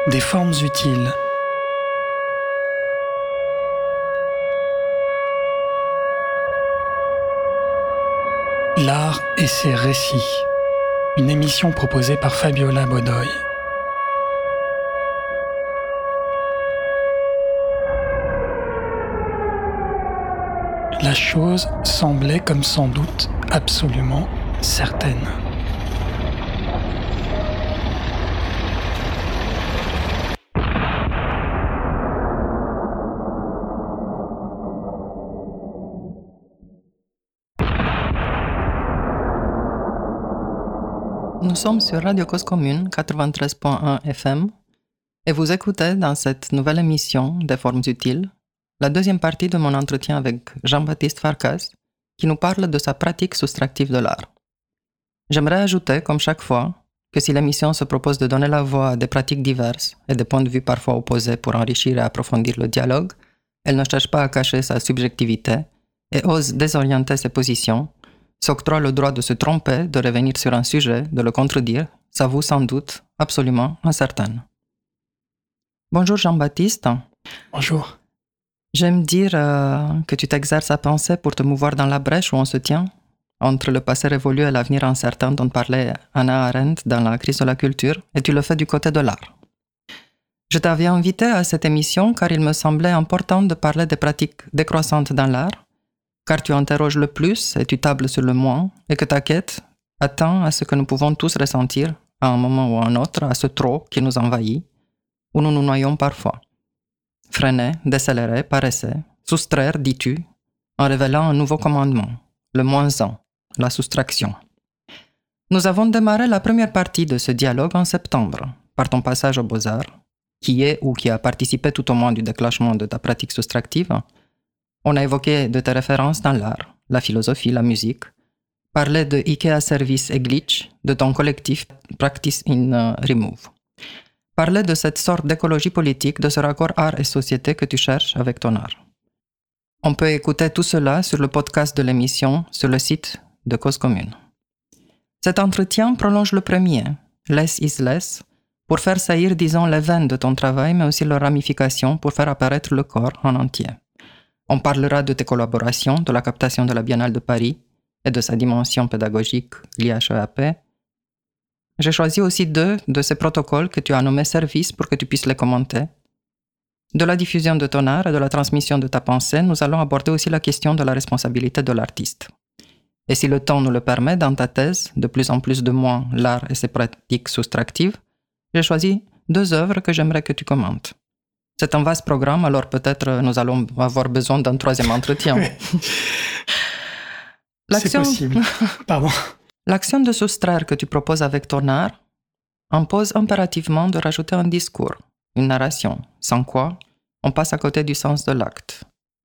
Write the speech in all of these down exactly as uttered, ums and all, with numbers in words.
des formes utiles. L'art et ses récits. Une émission proposée par Fabiola Bodoy. La chose semblait comme sans doute absolument certaine. Nous sommes sur Radio Cause Commune quatre-vingt-treize point un F M et vous écoutez dans cette nouvelle émission des formes utiles la deuxième partie de mon entretien avec Jean-Baptiste Farkas qui nous parle de sa pratique soustractive de l'art. J'aimerais ajouter, comme chaque fois, que si l'émission se propose de donner la voix à des pratiques diverses et des points de vue parfois opposés pour enrichir et approfondir le dialogue, elle ne cherche pas à cacher sa subjectivité et ose désorienter ses positions, s'octroie le droit de se tromper, de revenir sur un sujet, de le contredire, s'avoue sans doute absolument incertaine. Bonjour Jean-Baptiste. Bonjour. J'aime dire euh, que tu t'exerces à penser pour te mouvoir dans la brèche où on se tient, entre le passé révolu et l'avenir incertain dont parlait Hannah Arendt dans La crise de la culture, et tu le fais du côté de l'art. Je t'avais invité à cette émission car il me semblait important de parler des pratiques décroissantes dans l'art, car tu interroges le plus et tu tables sur le moins, et que ta quête attend à ce que nous pouvons tous ressentir, à un moment ou à un autre, à ce trop qui nous envahit, où nous nous noyons parfois. Freiner, décélérer, paresser, soustraire, dis-tu, en révélant un nouveau commandement, le moins un, la soustraction. Nous avons démarré la première partie de ce dialogue en septembre, par ton passage aux Beaux-Arts, qui est ou qui a participé tout au moins du déclenchement de ta pratique soustractive. On a évoqué de tes références dans l'art, la philosophie, la musique, parlé de Ikea Service et Glitch, de ton collectif Practice in Remove. Parler de cette sorte d'écologie politique, de ce raccord art et société que tu cherches avec ton art. On peut écouter tout cela sur le podcast de l'émission sur le site de Cause Commune. Cet entretien prolonge le premier, Less is Less, pour faire saillir, disons, les veines de ton travail, mais aussi leurs ramifications pour faire apparaître le corps en entier. On parlera de tes collaborations, de la captation de la Biennale de Paris et de sa dimension pédagogique, l'I H E A P. J'ai choisi aussi deux de ces protocoles que tu as nommés services pour que tu puisses les commenter. De la diffusion de ton art et de la transmission de ta pensée, nous allons aborder aussi la question de la responsabilité de l'artiste. Et si le temps nous le permet, dans ta thèse, de plus en plus de moi, l'art et ses pratiques soustractives, j'ai choisi deux œuvres que j'aimerais que tu commentes. C'est un vaste programme, alors peut-être nous allons avoir besoin d'un troisième entretien. L'action... C'est possible. Pardon. L'action de soustraire que tu proposes avec ton art impose impérativement de rajouter un discours, une narration, sans quoi on passe à côté du sens de l'acte.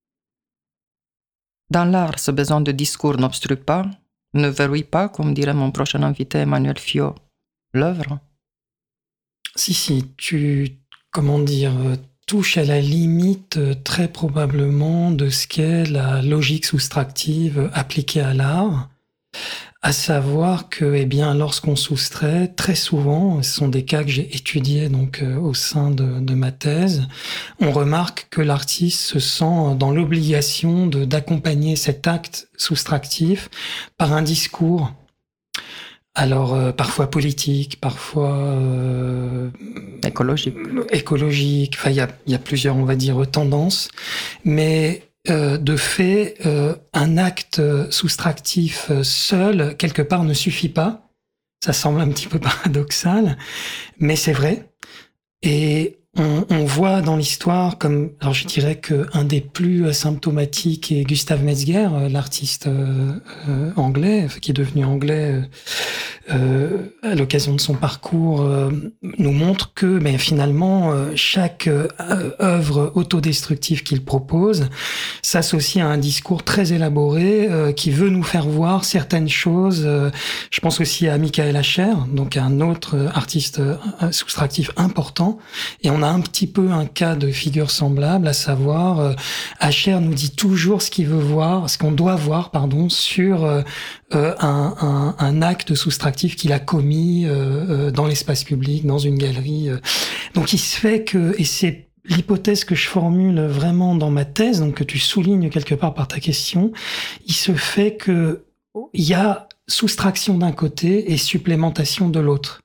Dans l'art, ce besoin de discours n'obstrue pas, ne verrouille pas, comme dirait mon prochain invité Emmanuel Fiot, l'œuvre. Si, si, tu, comment dire, touches à la limite très probablement de ce qu'est la logique soustractive appliquée à l'art. À savoir que, eh bien, lorsqu'on soustrait, très souvent, ce sont des cas que j'ai étudiés donc euh, au sein de, de ma thèse, on remarque que l'artiste se sent dans l'obligation de, d'accompagner cet acte soustractif par un discours. Alors, euh, parfois politique, parfois euh, écologique. Écologique. Enfin, il y a, il y a plusieurs, on va dire, tendances, mais Euh, de fait, euh, un acte soustractif seul, quelque part, ne suffit pas. Ça semble un petit peu paradoxal, mais c'est vrai. Et on, on voit dans l'histoire, comme, alors je dirais qu'un des plus symptomatiques est Gustav Metzger, l'artiste euh, euh, anglais, qui est devenu anglais euh, à l'occasion de son parcours, euh, nous montre que mais finalement, euh, chaque euh, œuvre autodestructive qu'il propose s'associe à un discours très élaboré euh, qui veut nous faire voir certaines choses. Euh, je pense aussi à Michael Ascher, donc un autre artiste euh, soustractif important, et on on a un petit peu un cas de figure semblable, à savoir, euh, Asher nous dit toujours ce qu'il veut voir, ce qu'on doit voir, pardon, sur euh, euh, un, un, un acte soustractif qu'il a commis euh, euh, dans l'espace public, dans une galerie. Euh. Donc il se fait que, et c'est l'hypothèse que je formule vraiment dans ma thèse, donc que tu soulignes quelque part par ta question, il se fait que il y a soustraction d'un côté et supplémentation de l'autre.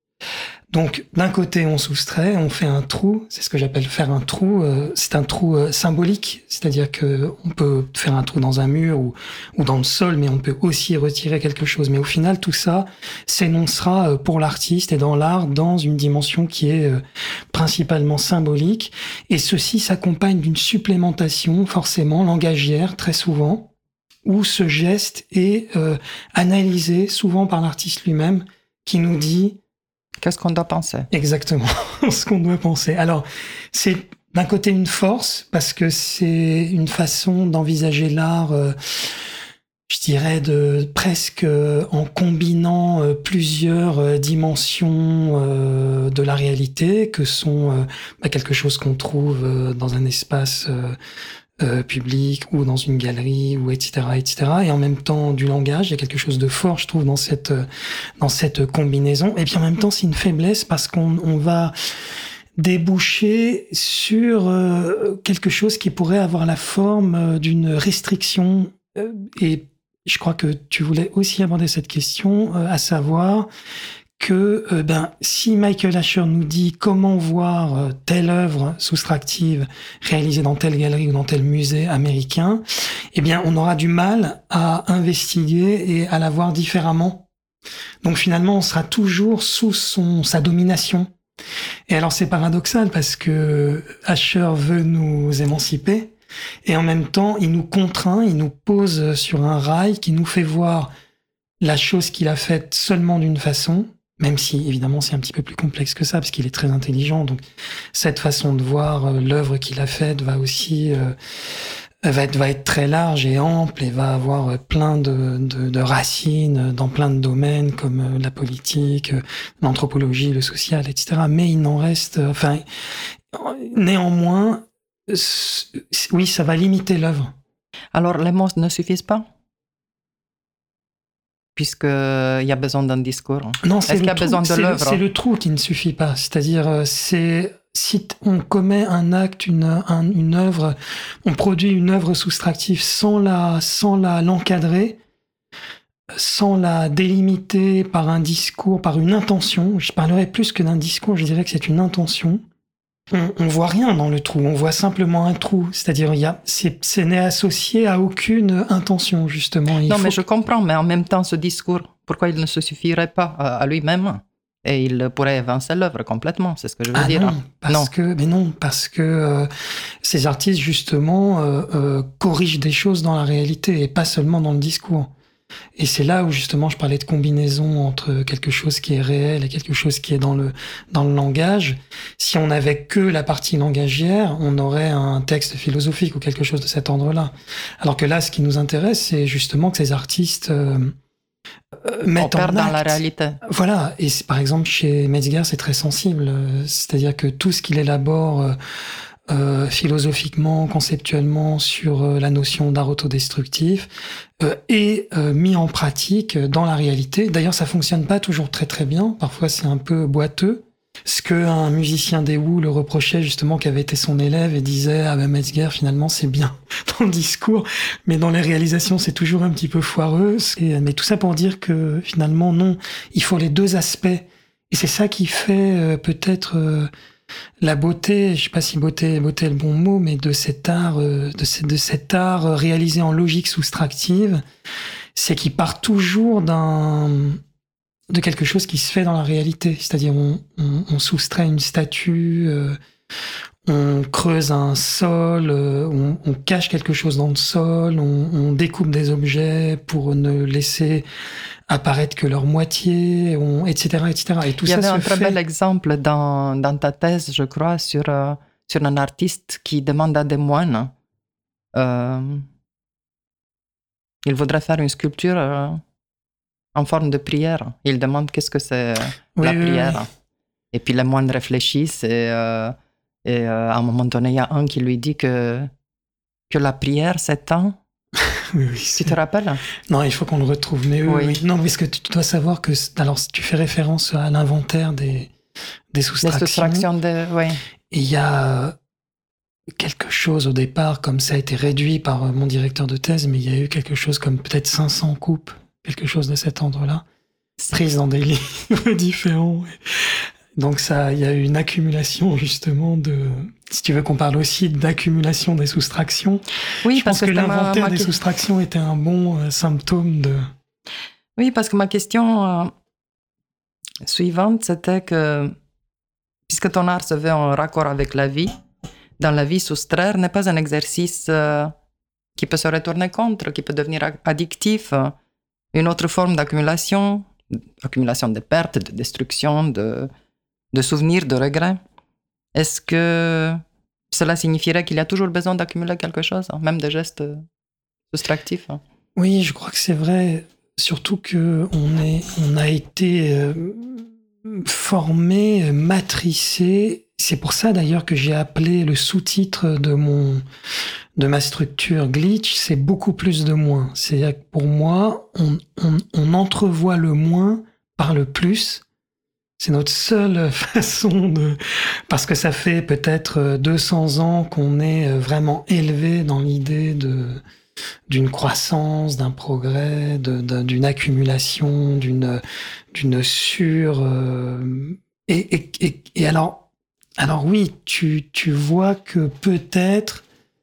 Donc, d'un côté, on soustrait, on fait un trou, c'est ce que j'appelle faire un trou, euh, c'est un trou euh, symbolique, c'est-à-dire que on peut faire un trou dans un mur ou, ou dans le sol, mais on peut aussi retirer quelque chose. Mais au final, tout ça s'énoncera euh, pour l'artiste et dans l'art dans une dimension qui est euh, principalement symbolique, et ceci s'accompagne d'une supplémentation, forcément, langagière, très souvent, où ce geste est euh, analysé souvent par l'artiste lui-même, qui nous dit qu'est-ce qu'on doit penser. Exactement, ce qu'on doit penser. Alors, c'est d'un côté une force, parce que c'est une façon d'envisager l'art, euh, je dirais, de presque euh, en combinant euh, plusieurs euh, dimensions euh, de la réalité, que sont euh, bah, quelque chose qu'on trouve euh, dans un espace euh, Euh, public ou dans une galerie ou et cetera et cetera et en même temps du langage. Il y a quelque chose de fort, je trouve, dans cette dans cette combinaison. Et puis en même temps, c'est une faiblesse parce qu'on on va déboucher sur euh, quelque chose qui pourrait avoir la forme euh, d'une restriction. Euh, et je crois que tu voulais aussi aborder cette question, euh, à savoir que euh, ben si Michael Asher nous dit comment voir euh, telle œuvre soustractive réalisée dans telle galerie ou dans tel musée américain, eh bien on aura du mal à investiguer et à la voir différemment. Donc finalement on sera toujours sous son sa domination. Et alors c'est paradoxal parce que Asher veut nous émanciper et en même temps il nous contraint, il nous pose sur un rail qui nous fait voir la chose qu'il a faite seulement d'une façon. Même si, évidemment, c'est un petit peu plus complexe que ça, parce qu'il est très intelligent. Donc, cette façon de voir euh, l'œuvre qu'il a faite va aussi euh, va être va être très large et ample et va avoir plein de, de, de racines dans plein de domaines comme euh, la politique, euh, l'anthropologie, le social, et cetera. Mais il n'en reste, euh, enfin, néanmoins, euh, oui, ça va limiter l'œuvre. Alors, les mots ne suffisent pas? Puisqu'il y a besoin d'un discours. Non, c'est Est-ce qu'il y a trou, besoin de l'œuvre? C'est le trou qui ne suffit pas. C'est-à-dire, c'est si on commet un acte, une, un, une œuvre, on produit une œuvre soustractive sans la, sans la, l'encadrer, sans la délimiter par un discours, par une intention. Je parlerais plus que d'un discours, je dirais que c'est une intention. On, on voit rien dans le trou, on voit simplement un trou. C'est-à-dire, il y a, c'est, ce n'est associé à aucune intention, justement. Il non, faut... mais je comprends, mais en même temps, ce discours, pourquoi il ne se suffirait pas à, à lui-même et il pourrait évincer l'œuvre complètement, c'est ce que je veux ah dire. Non, parce non. que, mais non, parce que euh, ces artistes, justement, euh, euh, corrigent des choses dans la réalité et pas seulement dans le discours. Et c'est là où justement je parlais de combinaison entre quelque chose qui est réel et quelque chose qui est dans le dans le langage. Si on n'avait que la partie langagière, on aurait un texte philosophique ou quelque chose de cet ordre-là. Alors que là, ce qui nous intéresse, c'est justement que ces artistes euh, euh, mettent en acte dans la réalité. Voilà. Et par exemple chez Metzger, c'est très sensible. C'est-à-dire que tout ce qu'il élabore euh, Euh, philosophiquement, conceptuellement sur euh, la notion d'art autodestructif euh, est euh, mis en pratique dans la réalité. D'ailleurs, ça fonctionne pas toujours très très bien. Parfois, c'est un peu boiteux. Ce que un musicien des Who le reprochait justement, qui avait été son élève et disait ah ben Metzger finalement c'est bien dans le discours, mais dans les réalisations c'est toujours un petit peu foireux. Et, mais tout ça pour dire que finalement non, il faut les deux aspects. Et c'est ça qui fait euh, peut-être euh, la beauté, je sais pas si beauté, beauté est le bon mot, mais de cet art, de, ce, de cet art réalisé en logique soustractive, c'est qu'il part toujours d'un, de quelque chose qui se fait dans la réalité. C'est-à-dire, on, on, on soustrait une statue, euh, on creuse un sol, euh, on, on cache quelque chose dans le sol, on, on découpe des objets pour ne laisser apparaître que leur moitié, on, et cetera, et cetera. Et tout Il y ça avait se un très fait... bel exemple dans, dans ta thèse, je crois, sur, euh, sur un artiste qui demande à des moines, euh, il voudrait faire une sculpture euh, en forme de prière. Il demande qu'est-ce que c'est oui, la prière. Oui, oui. Et puis les moines réfléchissent et euh, Et euh, à un moment donné, il y a un qui lui dit que, que la prière s'éteint. Oui, oui, Tu c'est... te rappelles? Non, il faut qu'on le retrouve. Mais oui, Oui. oui. Non, parce que tu dois savoir que... Alors, si tu fais référence à l'inventaire des, des soustractions... Les soustractions de... Oui. Et il y a quelque chose au départ, comme ça a été réduit par mon directeur de thèse, mais il y a eu quelque chose comme peut-être cinq cents coupes, quelque chose de cet ordre-là, prises dans des livres différents. Donc ça, il y a eu une accumulation justement de... Si tu veux qu'on parle aussi d'accumulation des soustractions. Oui, je parce pense que, que l'inventaire ma, ma... des soustractions était un bon euh, symptôme de... Oui, parce que ma question euh, suivante, c'était que, puisque ton art se veut en raccord avec la vie, dans la vie, soustraire n'est pas un exercice euh, qui peut se retourner contre, qui peut devenir addictif, euh, une autre forme d'accumulation, accumulation de pertes, de destruction, de, de souvenirs, de regrets. Est-ce que cela signifierait qu'il y a toujours besoin d'accumuler quelque chose, hein, même des gestes soustractifs? Hein? Oui, je crois que c'est vrai, surtout qu'on est, on a été euh, formé, matricé. C'est pour ça d'ailleurs que j'ai appelé le sous-titre de mon de ma structure Glitch, c'est beaucoup plus de moins. C'est-à-dire que pour moi, on, on, on entrevoit le moins par le plus. C'est notre seule façon de... Parce que ça fait peut-être deux cents ans qu'on est vraiment élevé dans l'idée de d'une croissance, d'un progrès, de, de, d'une accumulation, d'une d'une sur... Euh, et, et, et, et alors... Alors oui, tu, tu vois que peut-être,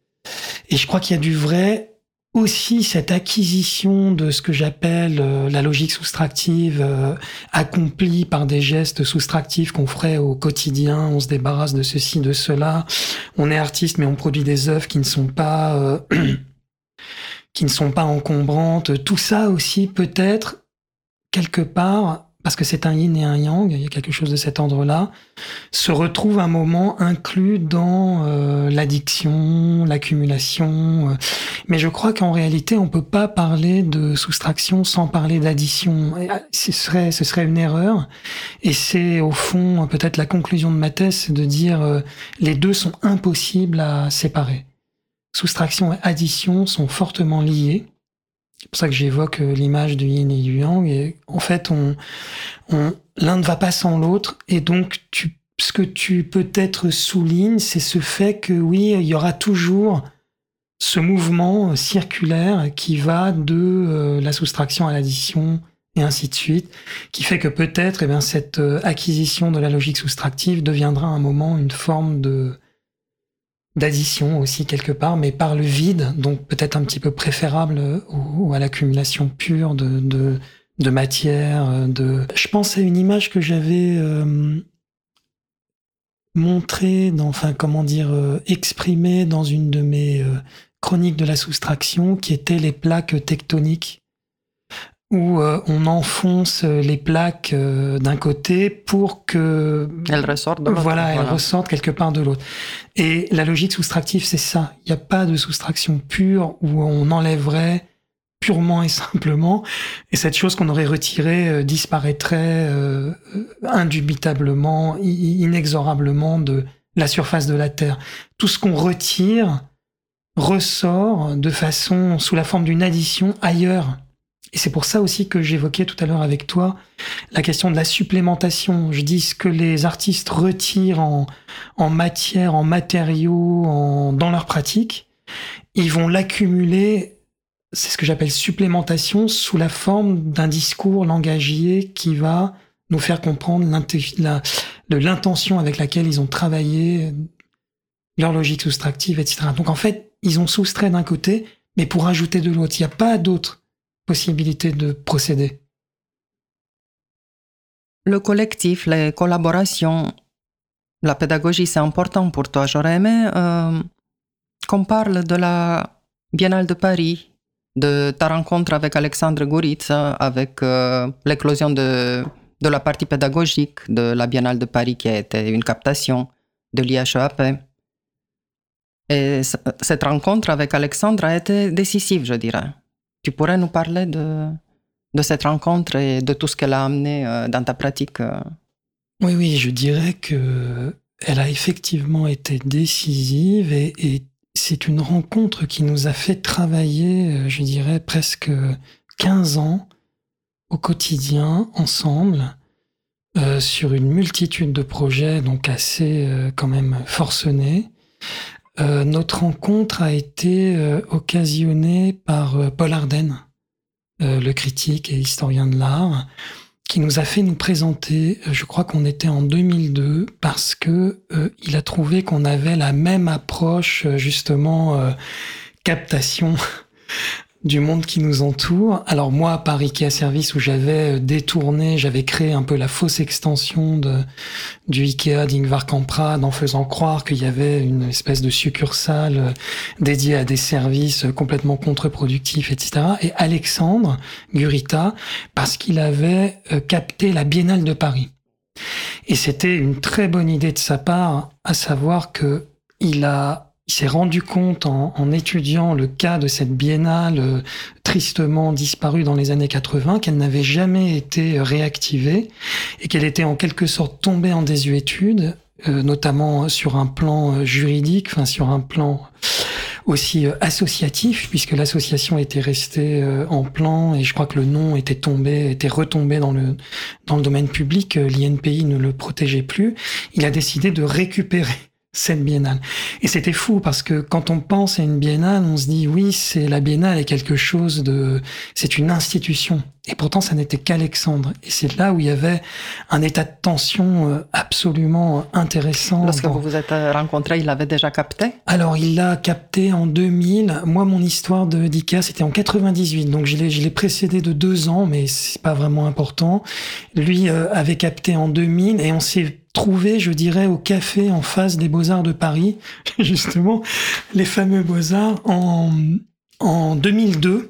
et je crois qu'il y a du vrai, aussi cette acquisition de ce que j'appelle euh, la logique soustractive, euh, accomplie par des gestes soustractifs qu'on ferait au quotidien, on se débarrasse de ceci, de cela, on est artiste mais on produit des œuvres qui ne sont pas, euh, qui ne sont pas encombrantes, tout ça aussi peut-être, quelque part, parce que c'est un yin et un yang, il y a quelque chose de cet ordre-là, se retrouve un moment inclus dans euh, l'addiction, l'accumulation. Euh, mais je crois qu'en réalité, on peut pas parler de soustraction sans parler d'addition. Et, ce serait, ce serait une erreur. Et c'est au fond peut-être la conclusion de ma thèse, c'est de dire euh, les deux sont impossibles à séparer. Soustraction et addition sont fortement liées. C'est pour ça que j'évoque l'image du yin et du yang. Et en fait, on, on, l'un ne va pas sans l'autre. Et donc, tu, ce que tu peut-être soulignes, c'est ce fait que oui, il y aura toujours ce mouvement circulaire qui va de euh, la soustraction à l'addition et ainsi de suite, qui fait que peut-être eh bien, cette euh, acquisition de la logique soustractive deviendra à un moment une forme de d'addition aussi quelque part, mais par le vide, donc peut-être un petit peu préférable au, à l'accumulation pure de, de, de matière. De... Je pense à une image que j'avais euh, montrée, dans, enfin comment dire, euh, exprimée dans une de mes euh, chroniques de la soustraction, qui étaient les plaques tectoniques, où euh, on enfonce les plaques euh, d'un côté pour que elles ressortent de l'autre. Voilà, elles voilà. ressortent quelque part de l'autre. Et la logique soustractive, c'est ça. Il n'y a pas de soustraction pure où on enlèverait purement et simplement, et cette chose qu'on aurait retirée euh, disparaîtrait euh, indubitablement, inexorablement de la surface de la Terre. Tout ce qu'on retire ressort de façon, sous la forme d'une addition ailleurs. Et c'est pour ça aussi que j'évoquais tout à l'heure avec toi la question de la supplémentation. Je dis ce que les artistes retirent en, en matière, en matériaux, en, dans leur pratique, ils vont l'accumuler, c'est ce que j'appelle supplémentation, sous la forme d'un discours langagier qui va nous faire comprendre la, de l'intention avec laquelle ils ont travaillé, leur logique soustractive, et cetera. Donc en fait, ils ont soustrait d'un côté, mais pour ajouter de l'autre. Il n'y a pas d'autre possibilité de procéder. Le collectif, les collaborations, la pédagogie, c'est important pour toi. J'aurais aimé euh, qu'on parle de la Biennale de Paris, de ta rencontre avec Alexandre Gouritz, avec euh, l'éclosion de, de la partie pédagogique de la Biennale de Paris qui a été une captation de l'I H E A P. Et c- cette rencontre avec Alexandre a été décisive, je dirais. Tu pourrais nous parler de, de cette rencontre et de tout ce qu'elle a amené euh, dans ta pratique euh... Oui, oui, je dirais que elle a effectivement été décisive et, et c'est une rencontre qui nous a fait travailler, je dirais, presque quinze ans au quotidien, ensemble, euh, sur une multitude de projets, donc assez euh, quand même forcenés. Euh, notre rencontre a été euh, occasionnée par euh, Paul Ardenne, euh, le critique et historien de l'art, qui nous a fait nous présenter, je crois qu'on était en deux mille deux, parce que euh, il a trouvé qu'on avait la même approche, justement, euh, captation du monde qui nous entoure. Alors moi, par Ikea Service, où j'avais détourné, j'avais créé un peu la fausse extension de, du Ikea d'Ingvar Kamprad en faisant croire qu'il y avait une espèce de succursale dédiée à des services complètement contre-productifs, et cetera. Et Alexandre Gurita, parce qu'il avait capté la Biennale de Paris. Et c'était une très bonne idée de sa part, à savoir que il a Il s'est rendu compte en, en étudiant le cas de cette biennale euh, tristement disparue dans les années quatre-vingts qu'elle n'avait jamais été réactivée et qu'elle était en quelque sorte tombée en désuétude, euh, notamment sur un plan juridique, enfin sur un plan aussi euh, associatif, puisque l'association était restée euh, en plan et je crois que le nom était tombé, était retombé dans le dans le domaine public. L'I N P I ne le protégeait plus. Il a décidé de récupérer cette biennale. Et c'était fou parce que quand on pense à une biennale, on se dit oui, c'est la biennale est quelque chose de, c'est une institution. Et pourtant, ça n'était qu'Alexandre. Et c'est là où il y avait un état de tension absolument intéressant. Lorsque bon. vous vous êtes rencontrés, il l'avait déjà capté? Alors, il l'a capté en deux mille. Moi, mon histoire de d'Ikea, c'était en quatre-vingt-dix-huit. Donc, je l'ai, je l'ai précédé de deux ans, mais c'est pas vraiment important. Lui euh, avait capté en deux mille et on s'est trouvé, je dirais, au café en face des Beaux-Arts de Paris, justement, les fameux Beaux-Arts, en, en deux mille deux.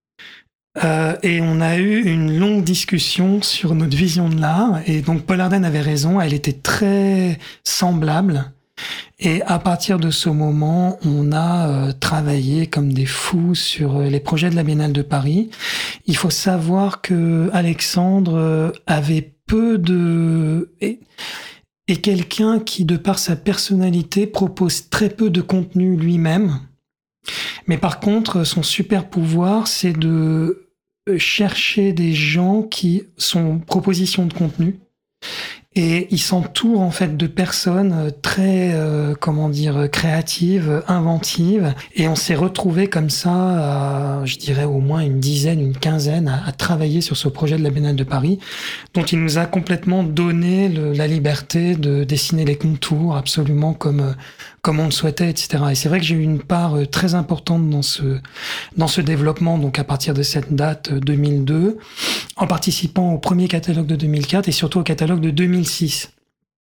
Euh, et on a eu une longue discussion sur notre vision de l'art. Et donc, Paul Ardenne avait raison, elle était très semblable. Et à partir de ce moment, on a euh, travaillé comme des fous sur les projets de la Biennale de Paris. Il faut savoir que Alexandre avait peu de... Et, et quelqu'un qui, de par sa personnalité, propose très peu de contenu lui-même. Mais par contre, son super pouvoir, c'est de chercher des gens qui sont propositions de contenu. Et il s'entoure en fait de personnes très, euh, comment dire, créatives, inventives. Et on s'est retrouvés comme ça, à, je dirais au moins une dizaine, une quinzaine, à, à travailler sur ce projet de la Biennale de Paris, dont il nous a complètement donné le, la liberté de dessiner les contours absolument comme comme on le souhaitait, et cetera. Et c'est vrai que j'ai eu une part très importante dans ce dans ce développement, donc à partir de cette date deux mille deux, en participant au premier catalogue de deux mille quatre et surtout au catalogue de deux mille six.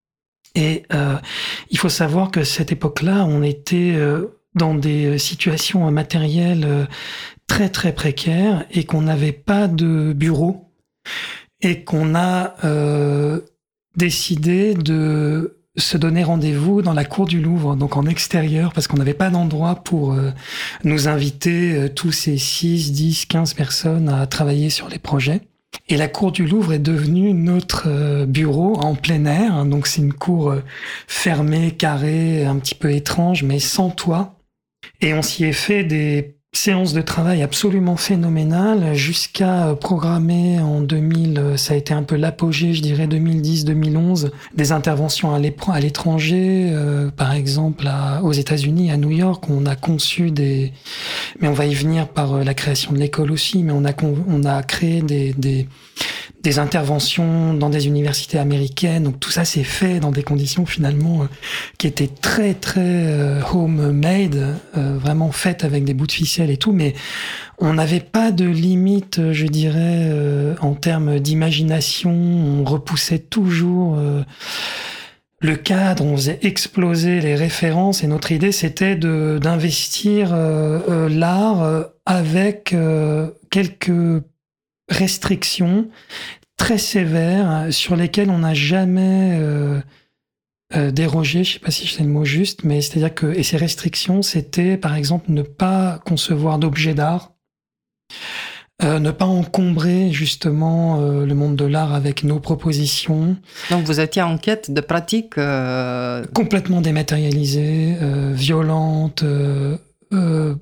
Et euh, il faut savoir que cette époque-là, on était euh, dans des situations matérielles euh, très très précaires et qu'on n'avait pas de bureau et qu'on a euh, décidé de se donner rendez-vous dans la cour du Louvre, donc en extérieur, parce qu'on n'avait pas d'endroit pour euh, nous inviter, euh, tous ces six, dix, quinze personnes à travailler sur les projets. Et la cour du Louvre est devenue notre euh, bureau en plein air, hein, donc c'est une cour euh, fermée, carrée, un petit peu étrange, mais sans toit. Et on s'y est fait des séance de travail absolument phénoménale jusqu'à programmer en deux mille, ça a été un peu l'apogée, je dirais deux mille dix, deux mille onze, des interventions à l'étranger, euh, par exemple à, aux États-Unis, à New York, on a conçu des, mais on va y venir par la création de l'école aussi, mais on a on a créé des des des interventions dans des universités américaines. Donc tout ça s'est fait dans des conditions finalement euh, qui étaient très très euh, homemade, euh, vraiment faites avec des bouts de ficelle et tout, mais on n'avait pas de limite, je dirais, euh, en termes d'imagination. On repoussait toujours euh, le cadre, on faisait exploser les références et notre idée c'était de d'investir euh, euh, l'art euh, avec euh, quelques restrictions très sévères sur lesquelles on n'a jamais euh, euh, dérogé, je sais pas si c'est le mot juste, mais c'est-à-dire que, et ces restrictions, c'était par exemple ne pas concevoir d'objets d'art, Euh, ne pas encombrer justement euh, le monde de l'art avec nos propositions. Donc vous étiez en quête de pratiques euh... complètement dématérialisées, euh, violentes, euh, euh,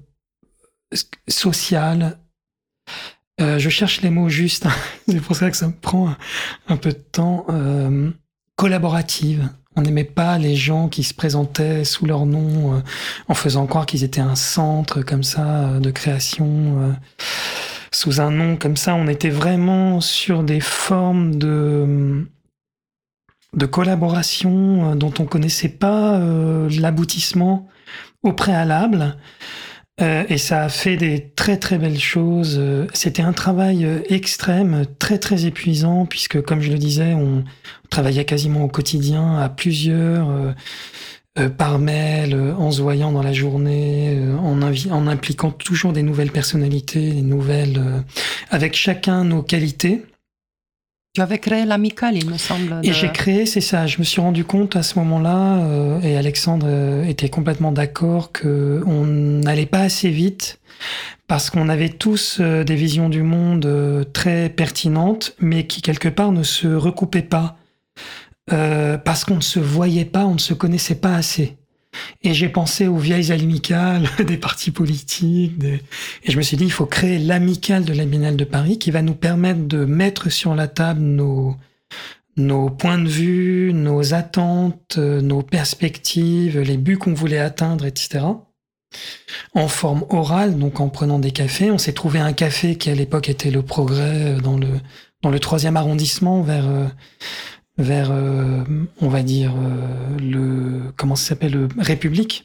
sociales. Euh, je cherche les mots justes, c'est pour ça que ça me prend un, un peu de temps. Euh, collaborative. On n'aimait pas les gens qui se présentaient sous leur nom euh, en faisant croire qu'ils étaient un centre comme ça euh, de création euh, sous un nom comme ça. On était vraiment sur des formes de de collaboration euh, dont on connaissait pas euh, l'aboutissement au préalable. Euh, et ça a fait des très très belles choses. Euh, C'était un travail euh, extrême, très très épuisant, puisque comme je le disais, on travaillait quasiment au quotidien, à plusieurs, euh, euh, par mail, euh, en se voyant dans la journée, euh, en, invi- en impliquant toujours des nouvelles personnalités, des nouvelles, euh, avec chacun nos qualités. Tu avais créé l'amicale, il me semble. De... Et j'ai créé, c'est ça. Je me suis rendu compte à ce moment-là, euh, et Alexandre euh, était complètement d'accord, que on n'allait pas assez vite parce qu'on avait tous euh, des visions du monde euh, très pertinentes, mais qui quelque part ne se recoupaient pas euh, parce qu'on ne se voyait pas, on ne se connaissait pas assez. Et j'ai pensé aux vieilles amicales des partis politiques. Des... Et je me suis dit, il faut créer l'amicale de la Biennale de Paris qui va nous permettre de mettre sur la table nos, nos points de vue, nos attentes, nos perspectives, les buts qu'on voulait atteindre, et cetera. En forme orale, donc en prenant des cafés. On s'est trouvé un café qui à l'époque était le Progrès dans le, dans le troisième arrondissement vers... Euh, vers, euh, on va dire, euh, le, comment ça s'appelle, le République.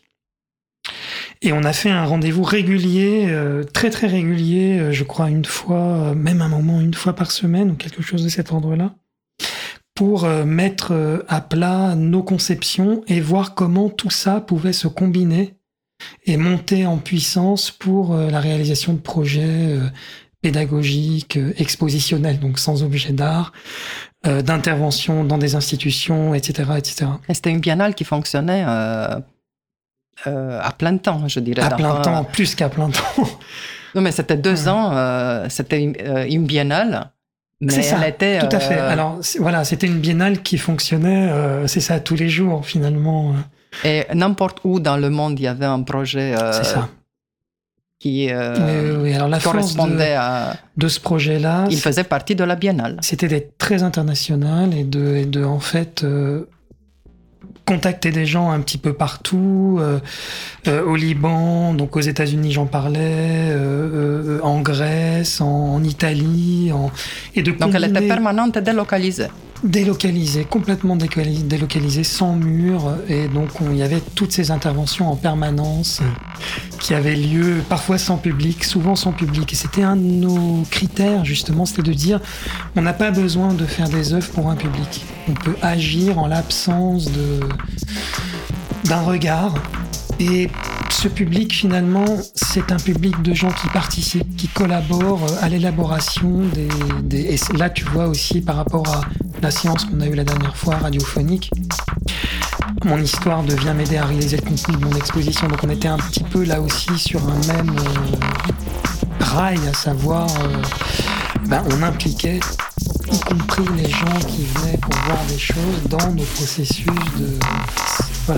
Et on a fait un rendez-vous régulier, euh, très très régulier, euh, je crois une fois, euh, même un moment une fois par semaine, ou quelque chose de cet ordre-là, pour euh, mettre euh, à plat nos conceptions et voir comment tout ça pouvait se combiner et monter en puissance pour euh, la réalisation de projets euh, pédagogiques, euh, expositionnels, donc sans objet d'art, Euh, d'intervention dans des institutions, et cetera, et cetera. Et c'était une biennale qui fonctionnait euh, euh, à plein temps, je dirais. À plein un... temps, plus qu'à plein temps. Non, mais c'était deux ouais. ans, euh, c'était une, euh, une biennale, mais c'est ça, elle était... tout à fait. Euh... Alors, voilà, c'était une biennale qui fonctionnait, euh, c'est ça, tous les jours, finalement. Et n'importe où dans le monde, il y avait un projet... Euh, c'est ça. Qui euh, oui, oui. Alors, la correspondait force de, à... de ce projet-là... Il faisait partie de la biennale. C'était d'être très international et de, et de en fait, euh, contacter des gens un petit peu partout, euh, euh, au Liban, donc aux États-Unis, j'en parlais, euh, euh, en Grèce, en, en Italie, en, et de donc elle était permanente et délocalisée. Délocalisée, complètement délocalisée, sans mur, et donc on, il y avait toutes ces interventions en permanence qui avaient lieu, parfois sans public, souvent sans public. Et c'était un de nos critères, justement, c'était de dire on n'a pas besoin de faire des œuvres pour un public. On peut agir en l'absence de, d'un regard. Et ce public, finalement, c'est un public de gens qui participent, qui collaborent à l'élaboration des, des... Et là, tu vois aussi, par rapport à la séance qu'on a eue la dernière fois, radiophonique, mon histoire devient m'aider à réaliser le contenu de mon exposition. Donc on était un petit peu là aussi sur un même euh, rail, à savoir, euh, ben, on impliquait y compris les gens qui venaient pour voir des choses dans nos processus de... Voilà.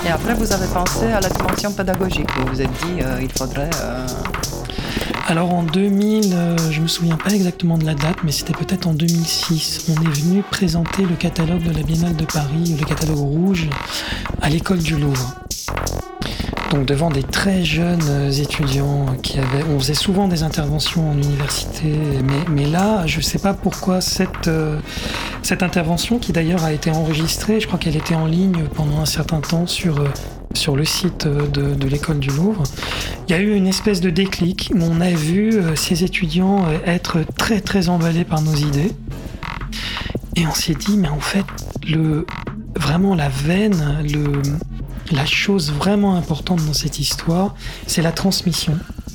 Et après, vous avez pensé à la dimension pédagogique. Vous vous êtes dit, euh, il faudrait... Euh... Alors en deux mille, euh, je me souviens pas exactement de la date, mais c'était peut-être en deux mille six. On est venu présenter le catalogue de la Biennale de Paris, le catalogue rouge, à l'école du Louvre. Donc devant des très jeunes étudiants qui avaient... On faisait souvent des interventions en université, mais, mais là, je ne sais pas pourquoi cette, euh, cette intervention, qui d'ailleurs a été enregistrée, je crois qu'elle était en ligne pendant un certain temps sur, euh, sur le site de, de l'école du Louvre, il y a eu une espèce de déclic où on a vu euh, ces étudiants euh, être très très emballés par nos idées. Et on s'est dit, mais en fait, le, vraiment la veine, le... La chose vraiment importante dans cette histoire, c'est la transmission.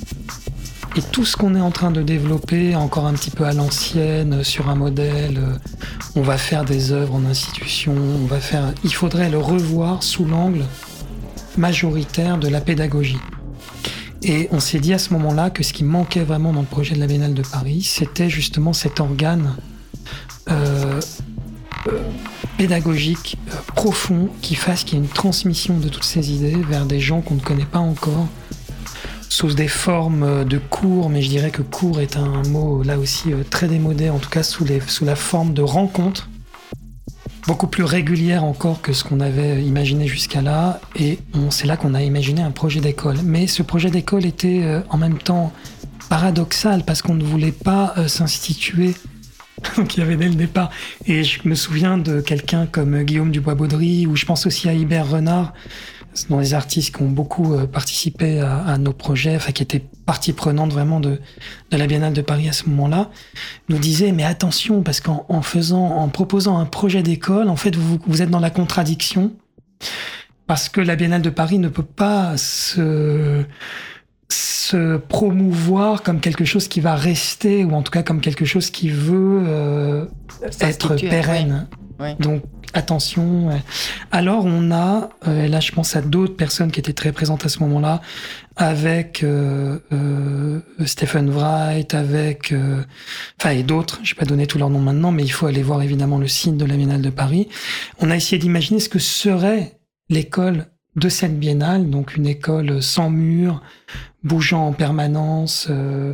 Et tout ce qu'on est en train de développer, encore un petit peu à l'ancienne, sur un modèle, on va faire des œuvres en institution, on va faire... il faudrait le revoir sous l'angle majoritaire de la pédagogie. Et on s'est dit à ce moment-là que ce qui manquait vraiment dans le projet de la Biennale de Paris, c'était justement cet organe euh, euh, pédagogique euh, profond qui fasse qu'il y ait une transmission de toutes ces idées vers des gens qu'on ne connaît pas encore sous des formes de cours, mais je dirais que cours est un mot là aussi euh, très démodé, en tout cas sous, les, sous la forme de rencontres beaucoup plus régulière encore que ce qu'on avait imaginé jusqu'à là, et on, c'est là qu'on a imaginé un projet d'école. Mais ce projet d'école était euh, en même temps paradoxal parce qu'on ne voulait pas euh, s'instituer. Donc il y avait dès le départ. Et je me souviens de quelqu'un comme Guillaume Dubois-Baudry, ou je pense aussi à Hubert Renard, ce sont des artistes qui ont beaucoup participé à, à nos projets, enfin qui étaient partie prenante vraiment de, de la Biennale de Paris à ce moment-là, nous disaient mais attention, parce qu'en en faisant, en proposant un projet d'école, en fait vous, vous êtes dans la contradiction, parce que la Biennale de Paris ne peut pas se... se promouvoir comme quelque chose qui va rester, ou en tout cas comme quelque chose qui veut euh, être pérenne. Oui. Oui. Donc attention. Alors on a, euh, là je pense à d'autres personnes qui étaient très présentes à ce moment-là, avec euh, euh, Stephen Wright, avec, euh, enfin et d'autres, je vais pas donner tous leurs noms maintenant, mais il faut aller voir évidemment le site de la Biennale de Paris. On a essayé d'imaginer ce que serait l'école de cette biennale, donc une école sans murs, bougeant en permanence, euh,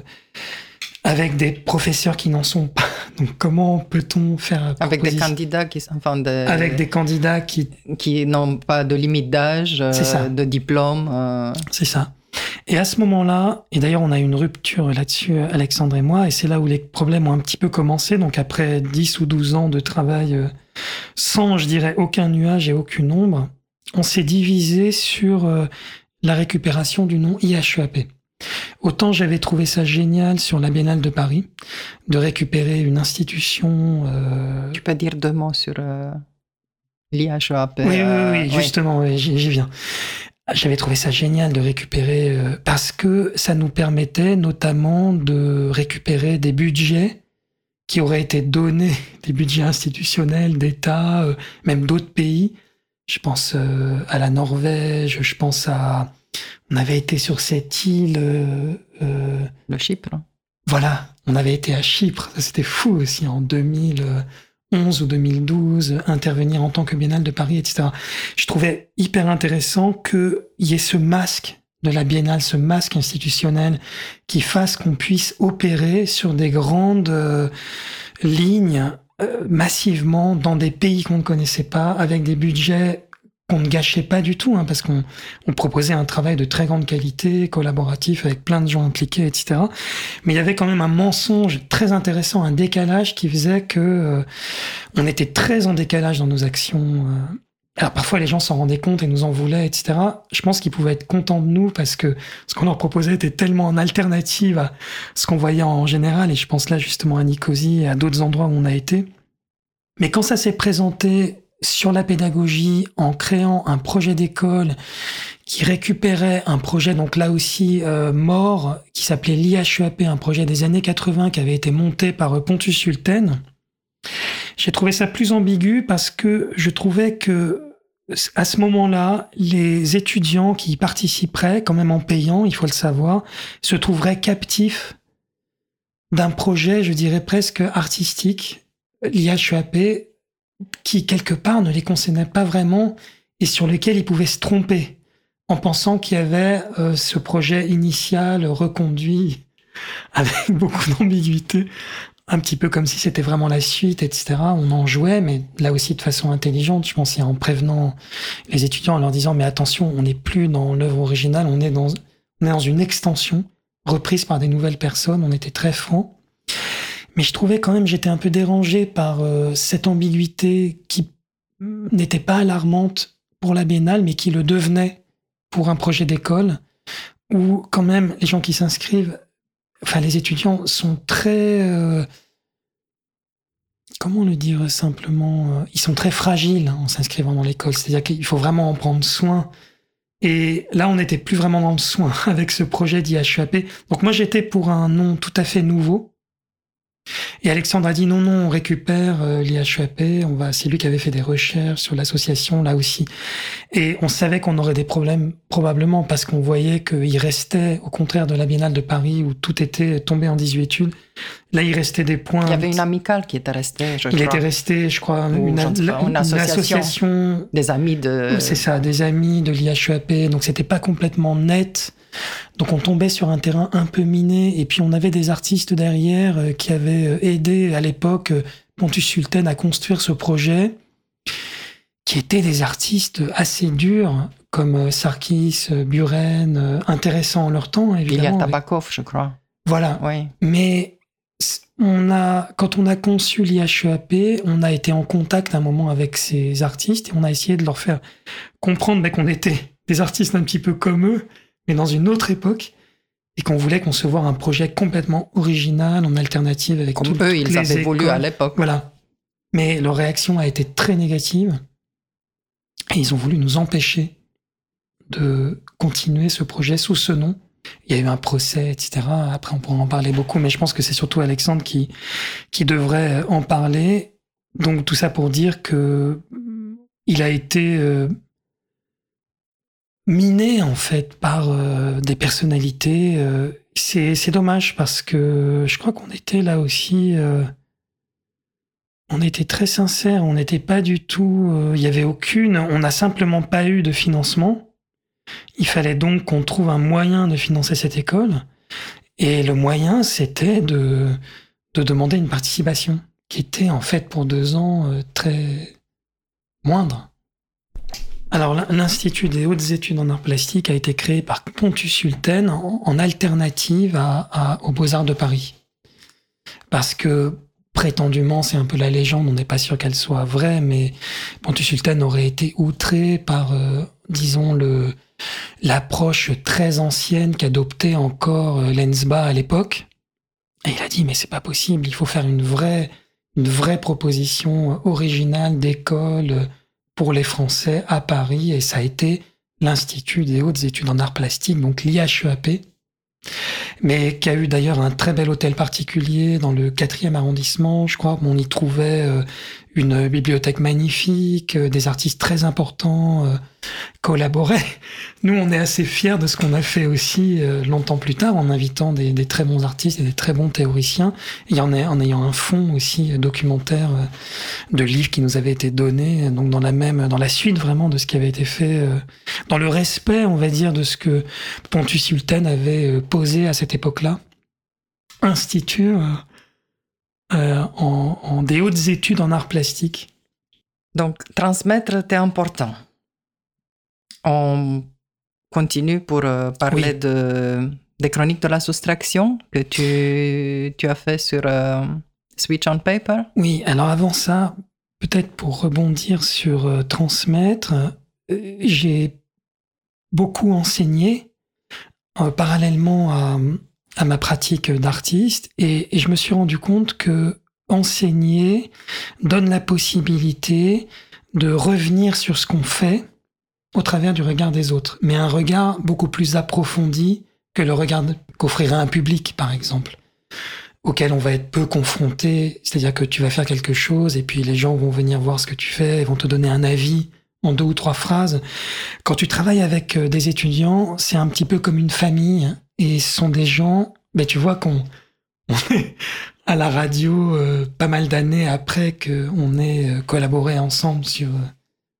avec des professeurs qui n'en sont pas. Donc comment peut-on faire avec des candidats qui enfin des... avec des candidats qui qui n'ont pas de limite d'âge, euh, de diplôme. Euh... C'est ça. Et à ce moment-là, et d'ailleurs on a eu une rupture là-dessus, Alexandre et moi, et c'est là où les problèmes ont un petit peu commencé. Donc après dix ou douze ans de travail euh, sans, je dirais, aucun nuage et aucune ombre, on s'est divisé sur euh, la récupération du nom I H E A P. Autant j'avais trouvé ça génial sur la Biennale de Paris, de récupérer une institution... Euh... Tu peux dire deux mots sur euh, l'I H E A P. Oui, oui, oui, oui, justement, oui, j'y, j'y viens. J'avais trouvé ça génial de récupérer, euh, parce que ça nous permettait notamment de récupérer des budgets qui auraient été donnés, des budgets institutionnels d'État, euh, même d'autres pays. Je pense euh, à la Norvège, je pense à... On avait été sur cette île... Euh, euh, le Chypre. Voilà, on avait été à Chypre. Ça, c'était fou aussi, en deux mille onze ou deux mille douze, intervenir en tant que Biennale de Paris, et cetera. Je trouvais hyper intéressant qu'il y ait ce masque de la Biennale, ce masque institutionnel qui fasse qu'on puisse opérer sur des grandes euh, lignes euh, massivement dans des pays qu'on ne connaissait pas, avec des budgets qu'on ne gâchait pas du tout, hein, parce qu'on on proposait un travail de très grande qualité, collaboratif, avec plein de gens impliqués, et cetera. Mais il y avait quand même un mensonge très intéressant, un décalage qui faisait que euh, on était très en décalage dans nos actions. Euh. Alors parfois les gens s'en rendaient compte et nous en voulaient, et cetera. Je pense qu'ils pouvaient être contents de nous parce que ce qu'on leur proposait était tellement en alternative à ce qu'on voyait en général, et je pense là justement à Nicosie et à d'autres endroits où on a été. Mais quand ça s'est présenté sur la pédagogie, en créant un projet d'école qui récupérait un projet, donc là aussi euh, mort, qui s'appelait l'I H E A P, un projet des années quatre-vingts qui avait été monté par Pontus Sulten. J'ai trouvé ça plus ambigu parce que je trouvais que à ce moment-là, les étudiants qui y participeraient, quand même en payant, il faut le savoir, se trouveraient captifs d'un projet, je dirais presque artistique, l'I H E A P, qui quelque part ne les concernait pas vraiment et sur lesquels ils pouvaient se tromper en pensant qu'il y avait euh, ce projet initial reconduit avec beaucoup d'ambiguïté, un petit peu comme si c'était vraiment la suite, et cetera. On en jouait, mais là aussi de façon intelligente, je pense, en prévenant les étudiants, en leur disant, mais attention, on n'est plus dans l'œuvre originale, on est dans, on est dans une extension reprise par des nouvelles personnes, on était très francs. Mais je trouvais quand même, j'étais un peu dérangé par euh, cette ambiguïté qui n'était pas alarmante pour la Biennale, mais qui le devenait pour un projet d'école, où quand même les gens qui s'inscrivent, enfin les étudiants sont très... Euh, comment le dire simplement, euh, ils sont très fragiles hein, en s'inscrivant dans l'école, c'est-à-dire qu'il faut vraiment en prendre soin. Et là, on n'était plus vraiment dans le soin avec ce projet d'I H E A P. Donc moi, j'étais pour un nom tout à fait nouveau. Et Alexandre a dit non, non, on récupère euh, l'I H E A P, on va, c'est lui qui avait fait des recherches sur l'association là aussi. Et on savait qu'on aurait des problèmes probablement parce qu'on voyait qu'il restait, au contraire de la Biennale de Paris où tout était tombé en désuétude, là il restait des points... Il y avait une amicale qui était restée, je Il crois. était resté, je crois, Ou, une, je ne sais pas, une une association, association... Des amis de... C'est ça, des amis de l'I H E A P, donc c'était pas complètement net. Donc on tombait sur un terrain un peu miné, et puis on avait des artistes derrière euh, qui avaient euh, aidé à l'époque euh, Pontus Sulten à construire ce projet, qui étaient des artistes assez durs, comme euh, Sarkis, euh, Buren, euh, intéressants en leur temps, évidemment. Il y a Tabakov, avec... je crois. Voilà. Oui. Mais on a, quand on a conçu l'I H E A P, on a été en contact un moment avec ces artistes, et on a essayé de leur faire comprendre bah, qu'on était des artistes un petit peu comme eux, mais dans une autre époque, et qu'on voulait concevoir un projet complètement original, en alternative avec Comme tout, eux, toutes ils les avaient écoles. voulu à l'époque. Voilà. Mais leur réaction a été très négative, et ils ont voulu nous empêcher de continuer ce projet sous ce nom. Il y a eu un procès, et cetera. Après, on pourra en parler beaucoup, mais je pense que c'est surtout Alexandre qui, qui devrait en parler. Donc, tout ça pour dire que il a été... Euh, miné en fait par euh, des personnalités. Euh, c'est, c'est dommage parce que je crois qu'on était là aussi... Euh, on était très sincères, on n'était pas du tout... Il euh, y avait aucune... On n'a simplement pas eu de financement. Il fallait donc qu'on trouve un moyen de financer cette école. Et le moyen, c'était de, de demander une participation qui était en fait pour deux ans euh, très moindre. Alors, l'Institut des hautes études en arts plastiques a été créé par Pontus Sulten en, en alternative à, à, aux Beaux-Arts de Paris. Parce que, prétendument, c'est un peu la légende, on n'est pas sûr qu'elle soit vraie, mais Pontus Sulten aurait été outré par, euh, disons, le, l'approche très ancienne qu'adoptait encore euh, l'Ensba à l'époque. Et il a dit, mais c'est pas possible, il faut faire une vraie, une vraie proposition originale d'école pour les Français à Paris, et ça a été l'Institut des hautes études en arts plastiques, donc l'I H E A P, mais qui a eu d'ailleurs un très bel hôtel particulier dans le quatrième arrondissement, je crois. On y trouvait euh, une bibliothèque magnifique, euh, des artistes très importants euh, collaboraient. Nous, on est assez fiers de ce qu'on a fait aussi euh, longtemps plus tard, en invitant des, des très bons artistes et des très bons théoriciens, et en, en ayant un fonds aussi euh, documentaire euh, de livres qui nous avaient été donnés, donc dans la même, dans la suite vraiment de ce qui avait été fait, euh, dans le respect, on va dire, de ce que Pontus Sulten avait euh, posé à cette époque-là. Institut euh, euh, en, en des hautes études en arts plastiques. Donc, transmettre était important. On continue pour euh, parler Oui. de, des chroniques de la soustraction que tu, tu as fait sur euh, Switch on Paper. Oui, alors avant ça, peut-être pour rebondir sur euh, transmettre, euh, j'ai beaucoup enseigné euh, parallèlement à, à ma pratique d'artiste, et, et je me suis rendu compte que enseigner donne la possibilité de revenir sur ce qu'on fait au travers du regard des autres, mais un regard beaucoup plus approfondi que le regard qu'offrirait un public, par exemple, auquel on va être peu confronté, c'est-à-dire que tu vas faire quelque chose et puis les gens vont venir voir ce que tu fais et vont te donner un avis en deux ou trois phrases. Quand tu travailles avec des étudiants, c'est un petit peu comme une famille, et ce sont des gens, ben tu vois qu'on on est à la radio euh, pas mal d'années après qu'on ait collaboré ensemble sur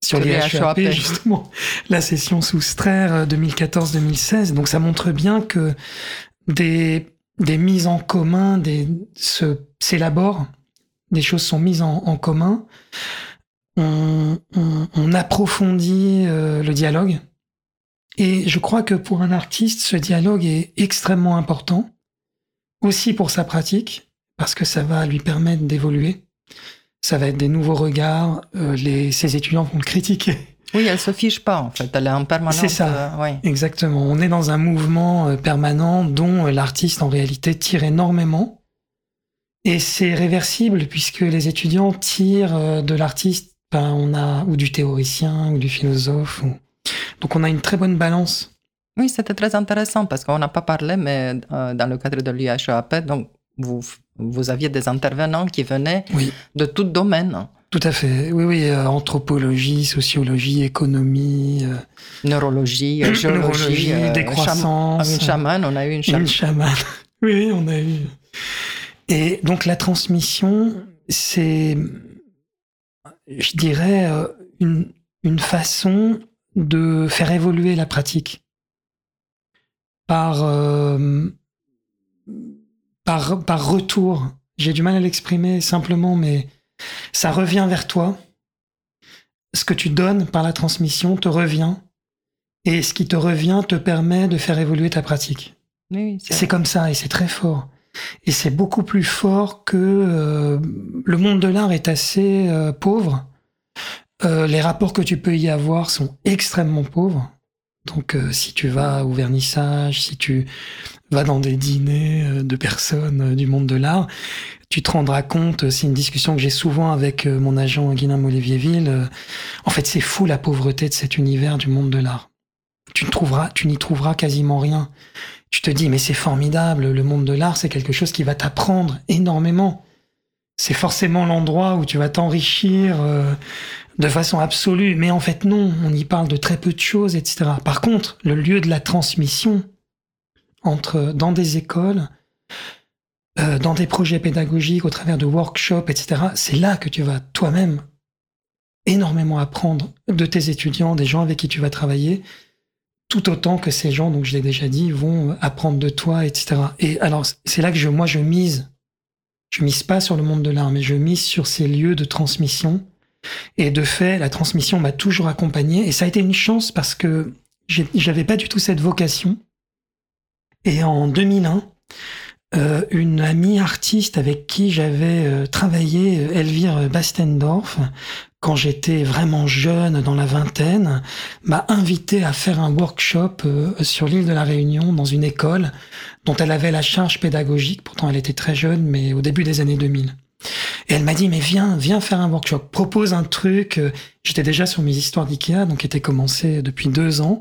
sur les H E A P, justement, la session soustraire deux mille quatorze deux mille seize. Donc ça montre bien que des, des mises en commun des, se, s'élaborent, des choses sont mises en, en commun, on, on, on approfondit euh, le dialogue. Et je crois que pour un artiste, ce dialogue est extrêmement important, aussi pour sa pratique, parce que ça va lui permettre d'évoluer. Ça va être des nouveaux regards, euh, les, ses étudiants vont le critiquer. Oui, elle se fiche pas, en fait, elle est en permanence. C'est ça, euh, oui. Exactement. On est dans un mouvement euh, permanent dont euh, l'artiste, en réalité, tire énormément. Et c'est réversible, puisque les étudiants tirent euh, de l'artiste, ben, on a, ou du théoricien, ou du philosophe. Ou... Donc on a une très bonne balance. Oui, c'était très intéressant, parce qu'on n'a pas parlé, mais euh, dans le cadre de l'U H E A P, donc, vous... Vous aviez des intervenants qui venaient oui. de tout domaine. Tout à fait. Oui, oui. Euh, anthropologie, sociologie, économie. Euh, neurologie, euh, géologie. Neurologie, euh, décroissance. Cham- une chamane, on a eu une chamane. Une chamane. Oui, on a eu. Et donc la transmission, c'est, je dirais, euh, une, une façon de faire évoluer la pratique. Par... Euh, Par, par retour, j'ai du mal à l'exprimer simplement, mais ça revient vers toi. Ce que tu donnes par la transmission te revient, et ce qui te revient te permet de faire évoluer ta pratique. Oui, c'est... c'est comme ça, et c'est très fort. Et c'est beaucoup plus fort que euh, le monde de l'art est assez euh, pauvre. Euh, les rapports que tu peux y avoir sont extrêmement pauvres. Donc, euh, si tu vas au vernissage, si tu vas dans des dîners de personnes du monde de l'art, tu te rendras compte, c'est une discussion que j'ai souvent avec mon agent Guilhem Olivier-Ville, en fait c'est fou la pauvreté de cet univers du monde de l'art. Tu ne trouveras, tu n'y trouveras quasiment rien. Tu te dis mais c'est formidable, le monde de l'art c'est quelque chose qui va t'apprendre énormément. C'est forcément l'endroit où tu vas t'enrichir euh, de façon absolue, mais en fait non, on y parle de très peu de choses, et cetera. Par contre, le lieu de la transmission, entre dans des écoles, euh, dans des projets pédagogiques, au travers de workshops, et cetera. C'est là que tu vas toi-même énormément apprendre de tes étudiants, des gens avec qui tu vas travailler, tout autant que ces gens, donc je l'ai déjà dit, vont apprendre de toi, et cetera. Et alors, c'est là que je, moi, je mise. Je mise pas sur le monde de l'art, mais je mise sur ces lieux de transmission. Et de fait, la transmission m'a toujours accompagné. Et ça a été une chance parce que j'avais pas du tout cette vocation. Et en deux mille un, euh, une amie artiste avec qui j'avais euh, travaillé, Elvire Bastendorf, quand j'étais vraiment jeune, dans la vingtaine, m'a invité à faire un workshop euh, sur l'île de la Réunion, dans une école dont elle avait la charge pédagogique. Pourtant, elle était très jeune, mais au début des années deux mille. Et elle m'a dit, mais viens, viens faire un workshop, propose un truc. J'étais déjà sur mes histoires d'IKEA, donc qui étaient commencées depuis deux ans.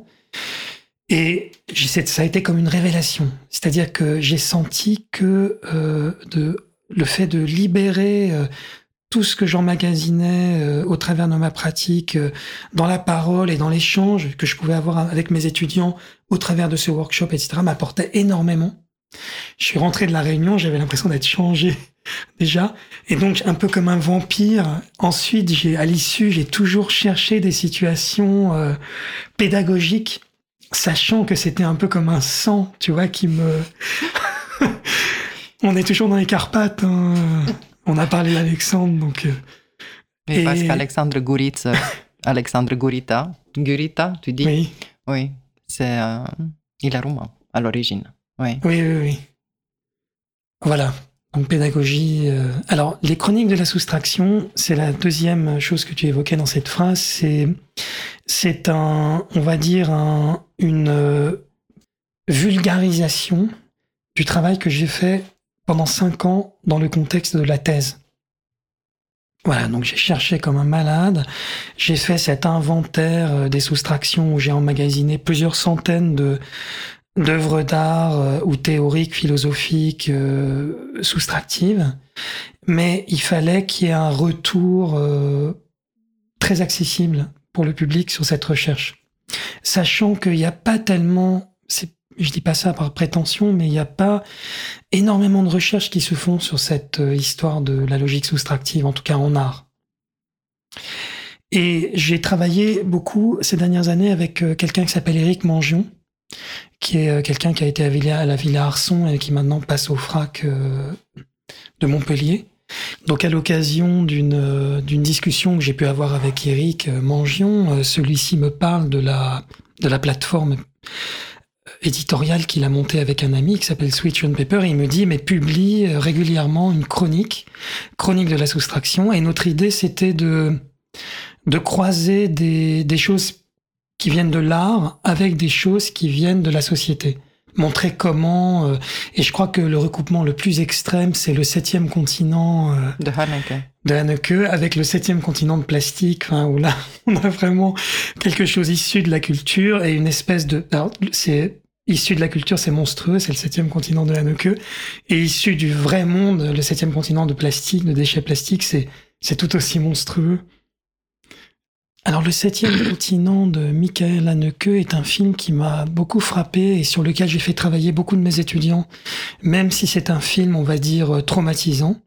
Et ça a été comme une révélation. C'est-à-dire que j'ai senti que euh, de, le fait de libérer euh, tout ce que j'emmagasinais euh, au travers de ma pratique, euh, dans la parole et dans l'échange que je pouvais avoir avec mes étudiants au travers de ce workshop, et cetera, m'apportait énormément. Je suis rentré de la Réunion, j'avais l'impression d'être changé déjà. Et donc, un peu comme un vampire, ensuite, j'ai, à l'issue, j'ai toujours cherché des situations euh, pédagogiques, sachant que c'était un peu comme un sang, tu vois, qui me... On est toujours dans les Carpates, hein. On a parlé d'Alexandre, donc... Oui, et... parce qu'Alexandre Guritz, Alexandre Gurita, Gurita, tu dis? Oui. Oui, c'est... Euh, il est roumain, à l'origine. Oui, oui, oui. oui. Voilà. Donc, pédagogie... Euh... Alors, les chroniques de la soustraction, c'est la deuxième chose que tu évoquais dans cette phrase, c'est... C'est un, on va dire, un, une euh, vulgarisation du travail que j'ai fait pendant cinq ans dans le contexte de la thèse. Voilà, donc j'ai cherché comme un malade, j'ai fait cet inventaire des soustractions où j'ai emmagasiné plusieurs centaines de, d'œuvres d'art euh, ou théoriques, philosophiques, euh, soustractives, mais il fallait qu'il y ait un retour euh, très accessible pour le public sur cette recherche. Sachant qu'il n'y a pas tellement, c'est, je dis pas ça par prétention, mais il n'y a pas énormément de recherches qui se font sur cette histoire de la logique soustractive, en tout cas en art. Et j'ai travaillé beaucoup ces dernières années avec euh, quelqu'un qui s'appelle Éric Mangion, qui est euh, quelqu'un qui a été à, Villa, à la Villa Arson et qui maintenant passe au FRAC euh, de Montpellier. Donc à l'occasion d'une euh, d'une discussion que j'ai pu avoir avec Éric Mangion, euh, celui-ci me parle de la de la plateforme éditoriale qu'il a montée avec un ami qui s'appelle Switch on Paper, et il me dit mais publie régulièrement une chronique, chronique de la soustraction, et notre idée c'était de de croiser des des choses qui viennent de l'art avec des choses qui viennent de la société. Montrer comment, euh, et je crois que le recoupement le plus extrême, c'est le septième continent euh, de Haneke. De Haneke, avec le septième continent de plastique, enfin, où là, on a vraiment quelque chose issu de la culture et une espèce de... Alors, c'est issu de la culture, c'est monstrueux, c'est le septième continent de Haneke, et issu du vrai monde, le septième continent de plastique, de déchets plastiques, c'est, c'est tout aussi monstrueux. Alors, le septième continent de Michael Haneke est un film qui m'a beaucoup frappé et sur lequel j'ai fait travailler beaucoup de mes étudiants, même si c'est un film, on va dire, traumatisant.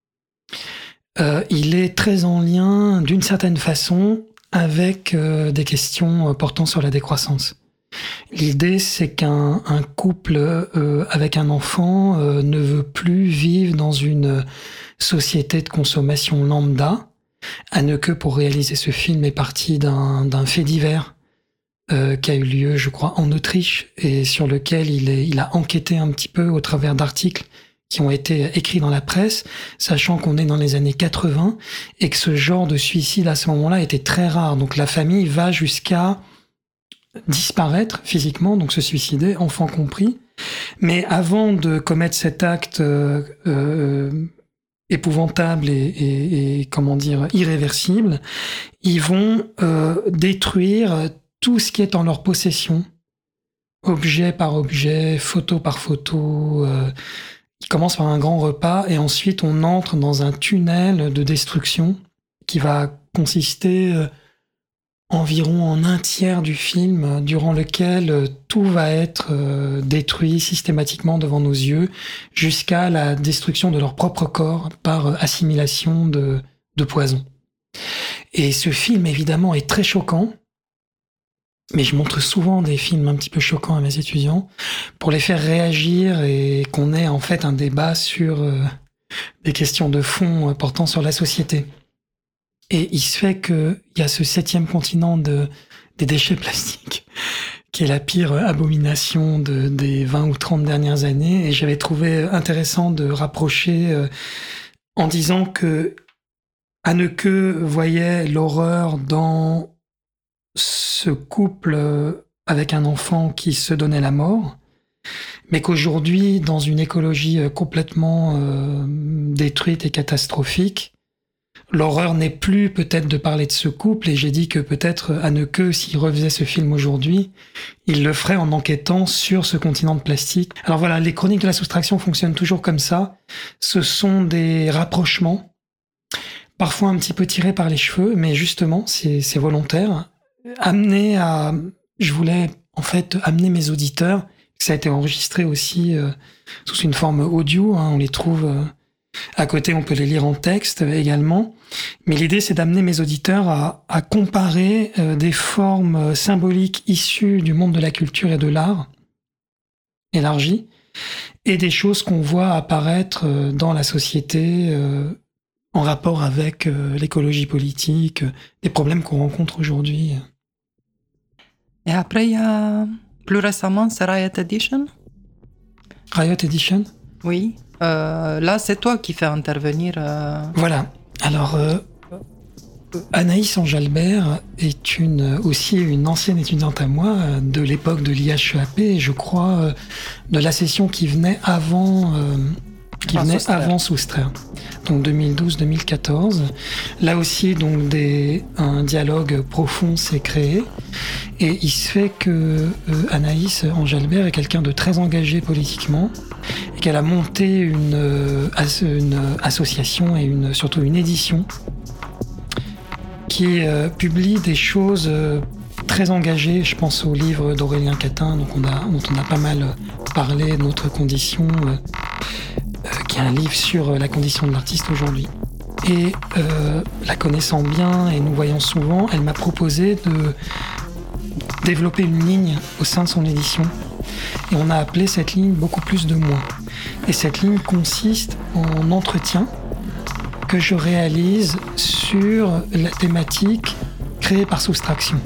Euh, il est très en lien, d'une certaine façon, avec euh, des questions portant sur la décroissance. L'idée, c'est qu'un un couple euh, avec un enfant euh, ne veut plus vivre dans une société de consommation lambda. Haneke, pour réaliser ce film, est parti d'un, d'un fait divers euh, qui a eu lieu, je crois, en Autriche, et sur lequel il, est, il a enquêté un petit peu au travers d'articles qui ont été écrits dans la presse, sachant qu'on est dans les années quatre-vingts et que ce genre de suicide à ce moment-là était très rare. Donc la famille va jusqu'à disparaître physiquement, donc se suicider, enfant compris. Mais avant de commettre cet acte euh, euh, épouvantable et, et, et, comment dire, irréversible, ils vont euh, détruire tout ce qui est en leur possession, objet par objet, photo par photo. Euh, ils commencent par un grand repas et ensuite on entre dans un tunnel de destruction qui va consister euh, environ en un tiers du film, durant lequel tout va être euh, détruit systématiquement devant nos yeux, jusqu'à la destruction de leur propre corps par euh, assimilation de, de poison. Et ce film, évidemment, est très choquant, mais je montre souvent des films un petit peu choquants à mes étudiants pour les faire réagir et qu'on ait en fait un débat sur euh, des questions de fond euh, portant sur la société. Et il se fait qu'il y a ce septième continent de, des déchets plastiques, qui est la pire abomination de, des vingt ou trente dernières années. Et j'avais trouvé intéressant de rapprocher euh, en disant que Haneke voyait l'horreur dans ce couple avec un enfant qui se donnait la mort, mais qu'aujourd'hui, dans une écologie complètement euh, détruite et catastrophique, l'horreur n'est plus peut-être de parler de ce couple, et j'ai dit que peut-être Haneke, s'il refaisait ce film aujourd'hui, il le ferait en enquêtant sur ce continent de plastique. Alors voilà, les chroniques de la soustraction fonctionnent toujours comme ça. Ce sont des rapprochements, parfois un petit peu tirés par les cheveux, mais justement, c'est, c'est volontaire. Amener à... Je voulais en fait amener mes auditeurs, ça a été enregistré aussi euh, sous une forme audio, hein, on les trouve... Euh, À côté, on peut les lire en texte également. Mais l'idée, c'est d'amener mes auditeurs à, à comparer euh, des formes symboliques issues du monde de la culture et de l'art, élargi, et des choses qu'on voit apparaître euh, dans la société euh, en rapport avec euh, l'écologie politique, euh, des problèmes qu'on rencontre aujourd'hui. Et après, il y a plus récemment, c'est Riot Edition. Riot Edition ? Oui. Euh, là, c'est toi qui fais intervenir... Euh... Voilà. Alors, euh, Anaïs Anjalbert est une, aussi une ancienne étudiante à moi de l'époque de l'I H E A P, je crois, de la session qui venait avant, euh, qui ah, venait soustraire. avant Soustraire. Donc deux mille douze deux mille quatorze. Là aussi, donc, des, un dialogue profond s'est créé. Et il se fait que euh, Anaïs Anjalbert est quelqu'un de très engagé politiquement et qu'elle a monté une, euh, as, une association et une, surtout une édition qui euh, publie des choses euh, très engagées. Je pense au livre d'Aurélien Catin, donc on a, dont on a pas mal parlé, Notre condition, euh, euh, qui est un livre sur la condition de l'artiste aujourd'hui. Et euh, la connaissant bien et nous voyant souvent, elle m'a proposé de développer une ligne au sein de son édition. Et on a appelé cette ligne Beaucoup plus de moi. Et cette ligne consiste en entretien que je réalise sur la thématique créée par soustraction.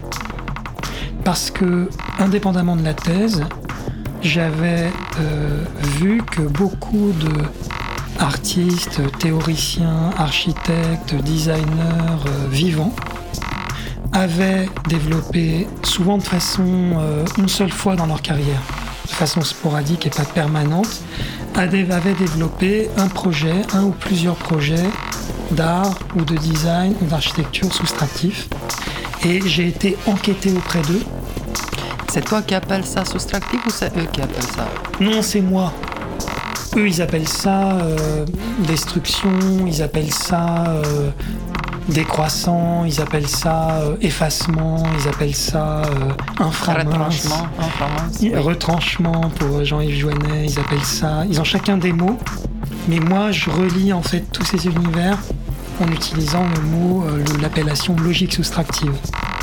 Parce que, indépendamment de la thèse, j'avais euh, vu que beaucoup de artistes, théoriciens, architectes, designers euh, vivants avaient développé, souvent de façon euh, une seule fois dans leur carrière, de façon sporadique et pas permanente, avaient développé un projet, un ou plusieurs projets d'art ou de design ou d'architecture soustractif. Et j'ai été enquêté auprès d'eux. C'est toi qui appelles ça soustractif ou c'est eux qui appellent ça? Non, c'est moi. Eux, ils appellent ça euh, destruction, ils appellent ça euh, décroissant, ils appellent ça euh, effacement, ils appellent ça euh, inframince. Retranchement, inframince. Oui. Retranchement pour Jean-Yves Joannet, ils appellent ça. Ils ont chacun des mots, mais moi, je relie en fait tous ces univers en utilisant le mot, euh, le, l'appellation logique soustractive.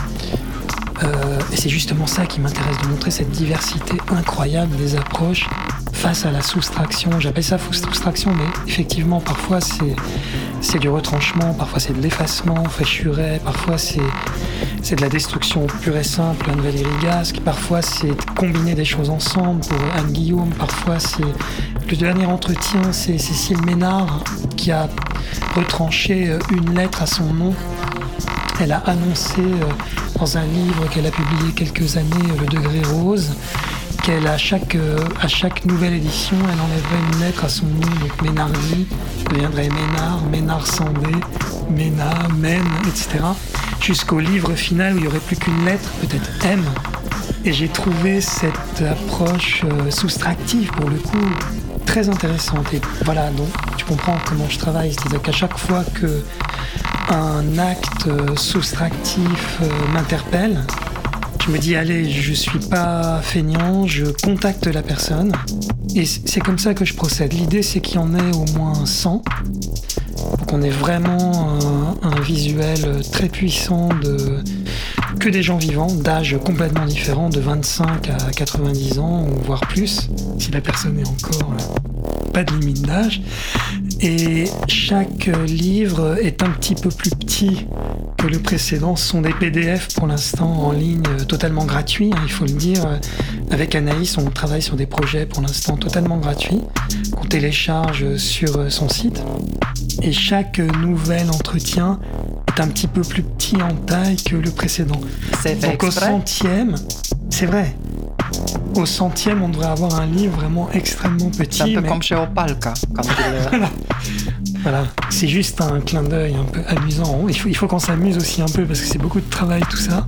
Euh, et c'est justement ça qui m'intéresse, de montrer cette diversité incroyable des approches face à la soustraction. J'appelle ça soustraction, mais effectivement, parfois c'est, c'est du retranchement, parfois c'est de l'effacement, Fréchuret, parfois c'est, c'est de la destruction pure et simple, Anne Valérie Gasque, parfois c'est combiner des choses ensemble pour Anne Guillaume, parfois c'est... Le dernier entretien, c'est Cécile Ménard qui a retranché une lettre à son nom. Elle a annoncé dans un livre qu'elle a publié quelques années, Le Degré Rose, qu'elle, à chaque, à chaque nouvelle édition, elle enlèverait une lettre à son nom, donc Ménardi deviendrait Ménard, Ménard Sandé, Ménard, Mène, et cetera, jusqu'au livre final où il n'y aurait plus qu'une lettre, peut-être M. Et j'ai trouvé cette approche euh, soustractive, pour le coup, très intéressante. Et voilà, donc tu comprends comment je travaille, c'est-à-dire qu'à chaque fois que un acte euh, soustractif euh, m'interpelle, je me dis, allez, je suis pas feignant, je contacte la personne. Et c'est comme ça que je procède. L'idée, c'est qu'il y en ait au moins cent, pour qu'on ait vraiment un, un visuel très puissant de que des gens vivants, d'âge complètement différents, de vingt-cinq à quatre-vingt-dix ans, voire plus, si la personne est encore euh, pas de limite d'âge. Et chaque livre est un petit peu plus petit que le précédent. Ce sont des P D F pour l'instant en ligne, totalement gratuits, hein, il faut le dire. Avec Anaïs, on travaille sur des projets pour l'instant totalement gratuits, qu'on télécharge sur son site. Et chaque nouvel entretien est un petit peu plus petit en taille que le précédent. C'est fait Donc exprès. Au centième, c'est vrai. Au centième, on devrait avoir un livre vraiment extrêmement petit. C'est un peu mais... comme chez Opalka. Quand il... voilà. Voilà. C'est juste un clin d'œil un peu amusant. Il faut, il faut qu'on s'amuse aussi un peu parce que c'est beaucoup de travail tout ça.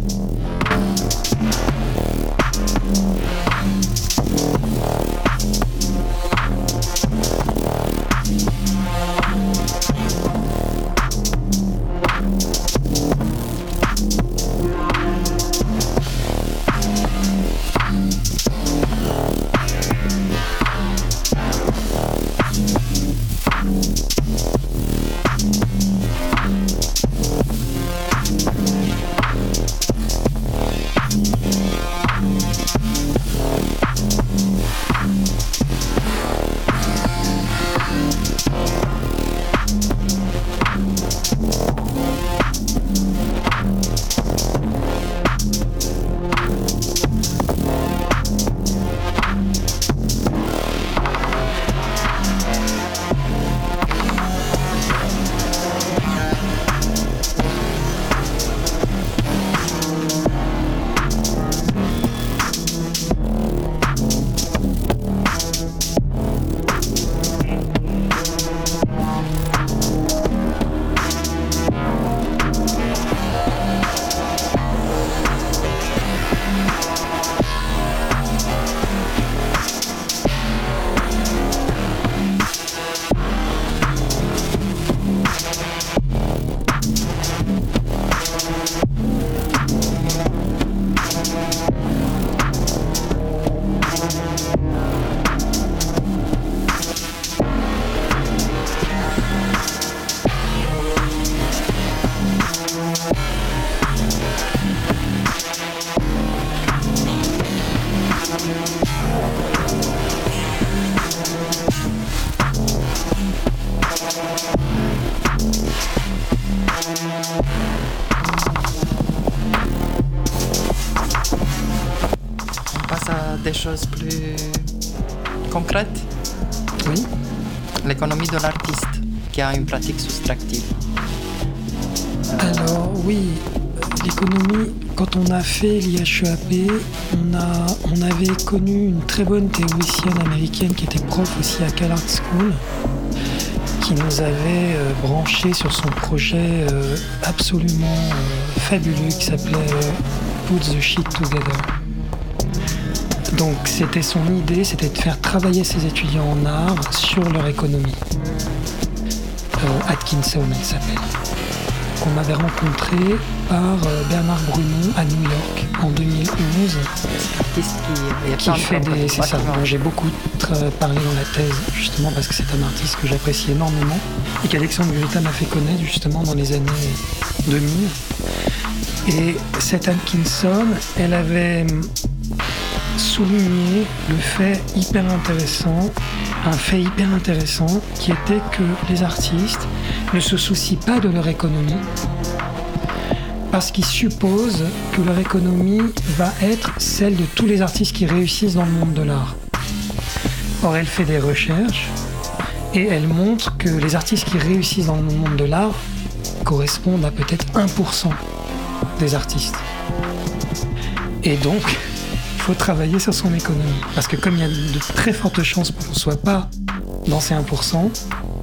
à des choses plus concrètes. Oui. L'économie de l'artiste, qui a une pratique soustractive. Euh... Alors oui, l'économie, quand on a fait l'I H E A P, on, a, on avait connu une très bonne théoricienne américaine qui était prof aussi à Cal Art School, qui nous avait euh, branché sur son projet euh, absolument euh, fabuleux qui s'appelait euh, Put the Shit Together. Donc c'était son idée, c'était de faire travailler ses étudiants en art sur leur économie. Euh, Atkinson, elle s'appelle. Qu'on avait rencontré par euh, Bernard Brunon à New York en deux mille onze. Artiste qui, qui fait des... C'est ça, dont j'ai beaucoup tra- parlé dans la thèse, justement parce que c'est un artiste que j'apprécie énormément et qu'Alexandre Gurita m'a fait connaître justement dans les années deux mille. Et cette Atkinson, elle avait souligné le fait hyper intéressant, un fait hyper intéressant qui était que les artistes ne se soucient pas de leur économie parce qu'ils supposent que leur économie va être celle de tous les artistes qui réussissent dans le monde de l'art. Or, elle fait des recherches et elle montre que les artistes qui réussissent dans le monde de l'art correspondent à peut-être un pour cent des artistes. Et donc, il faut travailler sur son économie. Parce que comme il y a de très fortes chances pour qu'on ne soit pas dans ces un pour cent,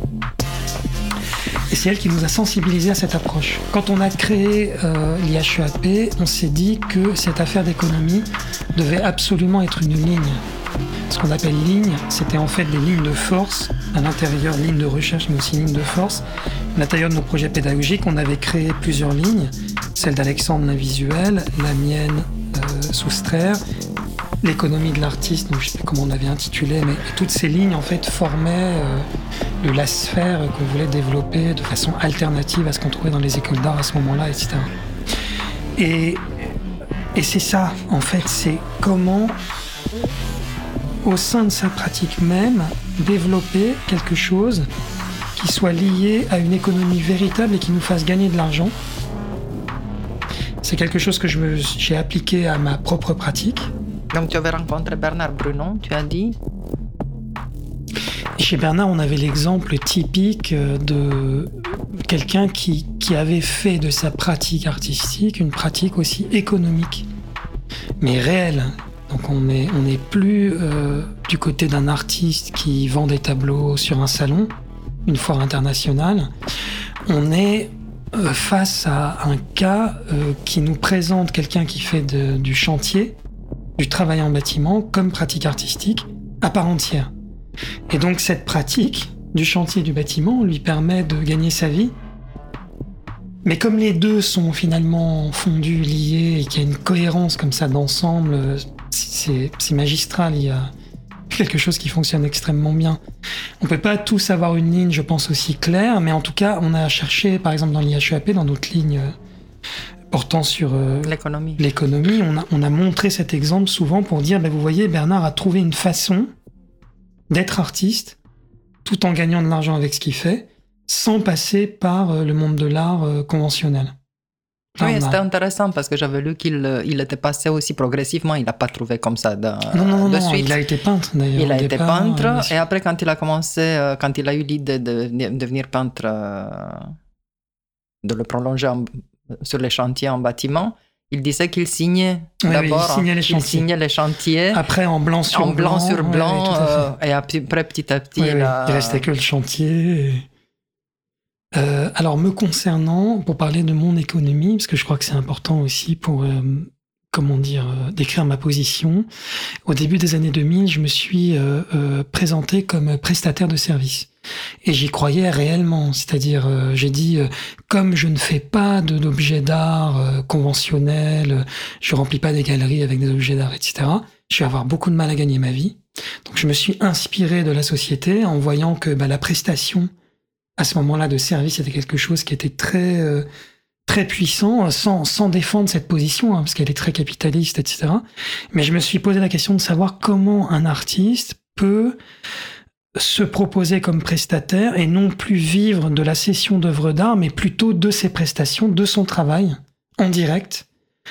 et c'est elle qui nous a sensibilisés à cette approche. Quand on a créé euh, l'I H E A P, on s'est dit que cette affaire d'économie devait absolument être une ligne. Ce qu'on appelle ligne, c'était en fait des lignes de force, à l'intérieur, lignes de recherche, mais aussi lignes de force. À l'intérieur de nos projets pédagogiques, on avait créé plusieurs lignes, celle d'Alexandre, la visuelle, la mienne, euh, soustraire, l'économie de l'artiste, donc je ne sais plus comment on avait intitulé, mais toutes ces lignes en fait formaient euh, le la sphère qu'on voulait développer de façon alternative à ce qu'on trouvait dans les écoles d'art à ce moment-là, et cetera. Et, et c'est ça, en fait, c'est comment, au sein de sa pratique même, développer quelque chose qui soit lié à une économie véritable et qui nous fasse gagner de l'argent. C'est quelque chose que je me, j'ai appliqué à ma propre pratique. Donc tu avais rencontré Bernard Brunon, tu as dit. Chez Bernard, on avait l'exemple typique de quelqu'un qui, qui avait fait de sa pratique artistique une pratique aussi économique, mais réelle. Donc on n'est on est plus euh, du côté d'un artiste qui vend des tableaux sur un salon, une foire internationale. On est euh, face à un cas euh, qui nous présente quelqu'un qui fait de, du chantier, du travail en bâtiment, comme pratique artistique à part entière. Et donc cette pratique du chantier du bâtiment lui permet de gagner sa vie. Mais comme les deux sont finalement fondus, liés, et qu'il y a une cohérence comme ça d'ensemble, c'est, c'est magistral, il y a quelque chose qui fonctionne extrêmement bien. On peut pas tous avoir une ligne, je pense, aussi claire, mais en tout cas, on a cherché, par exemple dans l'I H E A P, dans notre ligne portant sur euh, l'économie, l'économie on, a, on a montré cet exemple souvent pour dire, ben, vous voyez, Bernard a trouvé une façon d'être artiste, tout en gagnant de l'argent avec ce qu'il fait, sans passer par euh, le monde de l'art euh, conventionnel. Là, oui, c'était a... intéressant parce que j'avais lu qu'il il était passé aussi progressivement. Il n'a pas trouvé comme ça de, non, non, de non, suite. Il a été peintre d'ailleurs. Il a été départ, peintre euh, et après quand il a commencé, quand il a eu l'idée de, de devenir peintre, de le prolonger en, sur les chantiers en bâtiment, il disait qu'il signait oui, d'abord. Oui, il signait les il chantiers. signait les chantiers. Après en blanc sur en blanc. blanc sur blanc. Oui, euh, et après petit à petit. Oui, il, a... il restait que le chantier. Et... Euh, alors, me concernant, pour parler de mon économie, parce que je crois que c'est important aussi pour, euh, comment dire, euh, décrire ma position, au début des années deux mille, je me suis euh, euh, présenté comme prestataire de services. Et j'y croyais réellement, c'est-à-dire, euh, j'ai dit, euh, comme je ne fais pas de, d'objets d'art euh, conventionnels, je remplis pas des galeries avec des objets d'art, et cetera, je vais avoir beaucoup de mal à gagner ma vie. Donc, je me suis inspiré de la société en voyant que bah, la prestation à ce moment-là de service, c'était quelque chose qui était très euh, très puissant, sans, sans défendre cette position, hein, parce qu'elle est très capitaliste, et cetera. Mais je me suis posé la question de savoir comment un artiste peut se proposer comme prestataire et non plus vivre de la cession d'œuvres d'art, mais plutôt de ses prestations, de son travail, en direct,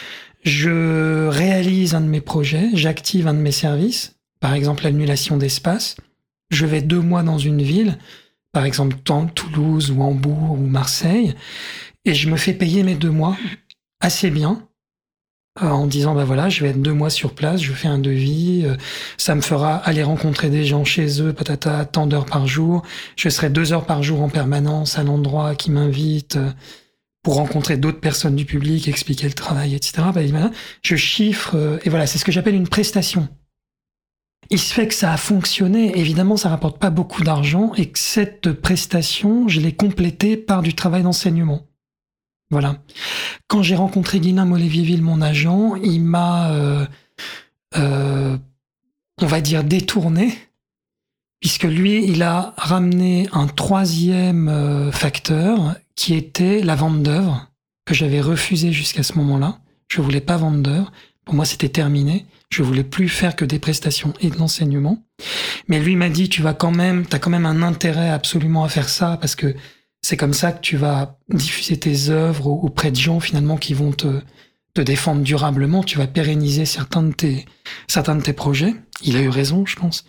je réalise un de mes projets, j'active un de mes services, par exemple l'annulation d'espace. Je vais deux mois dans une ville, par exemple Toulouse ou Hambourg ou Marseille, et je me fais payer mes deux mois assez bien, en disant bah voilà, je vais être deux mois sur place, je fais un devis, euh, ça me fera aller rencontrer des gens chez eux, patata, tant d'heures par jour, je serai deux heures par jour en permanence à l'endroit qui m'invite euh, pour rencontrer d'autres personnes du public, expliquer le travail, et cetera. Bah, voilà, je chiffre, euh, et voilà, c'est ce que j'appelle une prestation. Il se fait que ça a fonctionné, évidemment ça rapporte pas beaucoup d'argent, et que cette prestation, je l'ai complétée par du travail d'enseignement. Voilà. Quand j'ai rencontré Guilain Moléviéville, mon agent, il m'a, euh, euh, on va dire, détourné, puisque lui, il a ramené un troisième euh, facteur, qui était la vente d'œuvres, que j'avais refusé jusqu'à ce moment-là. Je voulais pas vendre d'œuvres. Pour moi, c'était terminé. Je voulais plus faire que des prestations et de l'enseignement. Mais lui m'a dit, tu vas quand même, t'as quand même un intérêt absolument à faire ça, parce que c'est comme ça que tu vas diffuser tes œuvres auprès de gens finalement qui vont te, te défendre durablement. Tu vas pérenniser certains de tes, certains de tes projets. Il a eu raison, je pense.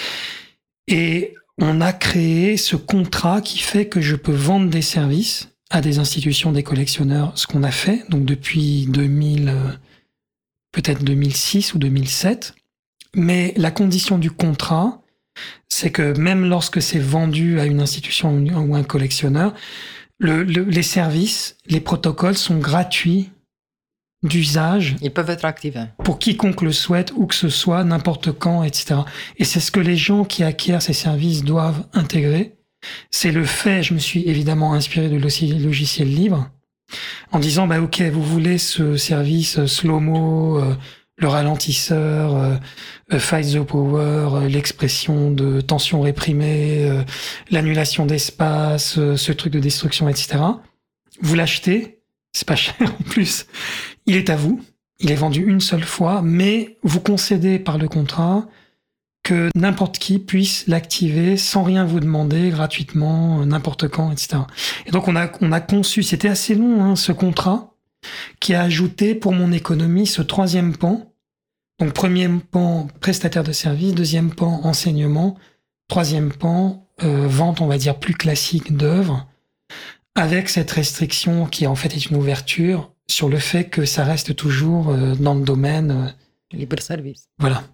Et on a créé ce contrat qui fait que je peux vendre des services à des institutions, des collectionneurs, ce qu'on a fait. Donc depuis deux mille, peut-être deux mille six ou deux mille sept. Mais la condition du contrat, c'est que même lorsque c'est vendu à une institution ou un collectionneur, le, le, les services, les protocoles sont gratuits d'usage. Ils peuvent être activés. Pour quiconque le souhaite, où que ce soit, n'importe quand, et cetera. Et c'est ce que les gens qui acquièrent ces services doivent intégrer. C'est le fait, je me suis évidemment inspiré de logiciel libre, en disant, bah ok, vous voulez ce service slow-mo, euh, le ralentisseur, euh, Fight the Power, euh, l'expression de tension réprimée, euh, l'annulation d'espace, euh, ce truc de destruction, et cetera. Vous l'achetez, c'est pas cher en plus, il est à vous, il est vendu une seule fois, mais vous concédez par le contrat que n'importe qui puisse l'activer sans rien vous demander, gratuitement, n'importe quand, et cetera. Et donc on a, on a conçu, c'était assez long, hein, ce contrat, qui a ajouté pour mon économie ce troisième pan. Donc premier pan, prestataire de services, deuxième pan, enseignement, troisième pan, euh, vente, on va dire, plus classique d'œuvres, avec cette restriction qui en fait est une ouverture sur le fait que ça reste toujours euh, dans le domaine... Euh, libre-service. Voilà.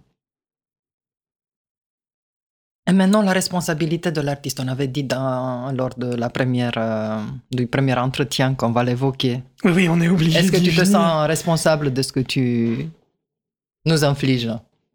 Et maintenant, la responsabilité de l'artiste, on avait dit dans, lors de la première, euh, du premier entretien qu'on va l'évoquer. Oui, oui, on est obligé. Est-ce que tu te venir. sens responsable de ce que tu nous infliges?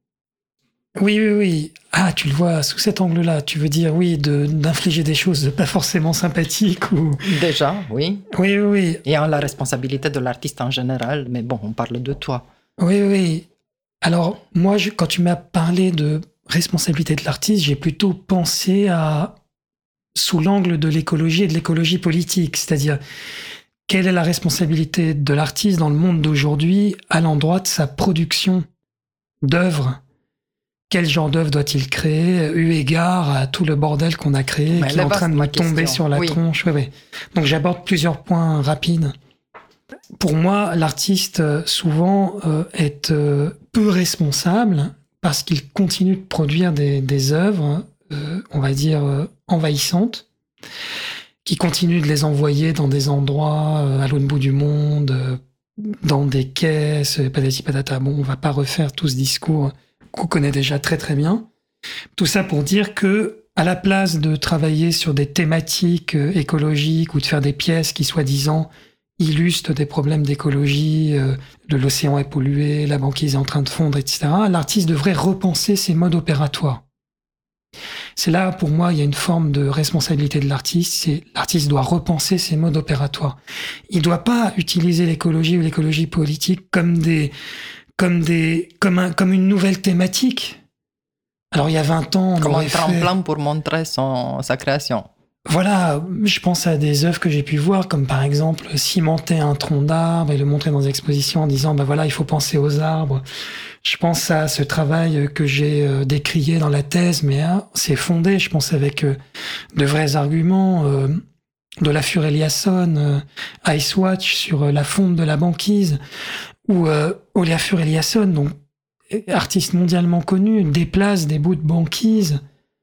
Oui, oui, oui. Ah, tu le vois sous cet angle-là. Tu veux dire, oui, de, d'infliger des choses pas forcément sympathiques ou... Déjà, oui. Oui, oui, oui. Et en la responsabilité de l'artiste en général, mais bon, on parle de toi. Oui, oui. Alors, moi, je, quand tu m'as parlé de responsabilité de l'artiste, j'ai plutôt pensé à sous l'angle de l'écologie et de l'écologie politique, c'est-à-dire quelle est la responsabilité de l'artiste dans le monde d'aujourd'hui à l'endroit de sa production d'œuvres. Quel genre d'œuvre doit-il créer, eu égard à tout le bordel qu'on a créé, Mais qui est en train de nous tomber question. sur la oui. tronche. Oui, oui. Donc j'aborde plusieurs points rapides. Pour moi, l'artiste, souvent, euh, est euh, peu responsable parce qu'il continue de produire des, des œuvres, euh, on va dire, euh, envahissantes, qui continue de les envoyer dans des endroits euh, à l'autre bout du monde, euh, dans des caisses, patati patata. Bon, on va pas refaire tout ce discours qu'on connaît déjà très très bien. Tout ça pour dire que, à la place de travailler sur des thématiques euh, écologiques ou de faire des pièces qui, soi-disant, illustrent des problèmes d'écologie, euh, de l'océan est pollué, la banquise est en train de fondre, et cetera, l'artiste devrait repenser ses modes opératoires. C'est là, pour moi, il y a une forme de responsabilité de l'artiste. C'est l'artiste doit repenser ses modes opératoires. Il doit pas utiliser l'écologie ou l'écologie politique comme des, comme des, comme un, comme une nouvelle thématique. Alors, il y a vingt ans, on comme aurait un tremplin fait... pour montrer son, sa création. Voilà, je pense à des œuvres que j'ai pu voir, comme par exemple cimenter un tronc d'arbre et le montrer dans des expositions en disant, ben voilà, il faut penser aux arbres. Je pense à ce travail que j'ai euh, décrié dans la thèse, mais hein, c'est fondé, je pense, avec euh, de vrais arguments, euh, de la Eliasson, euh, Ice Watch sur euh, la fonte de la banquise. où euh, Olafur Eliasson, donc artiste mondialement connu, déplace des bouts de banquise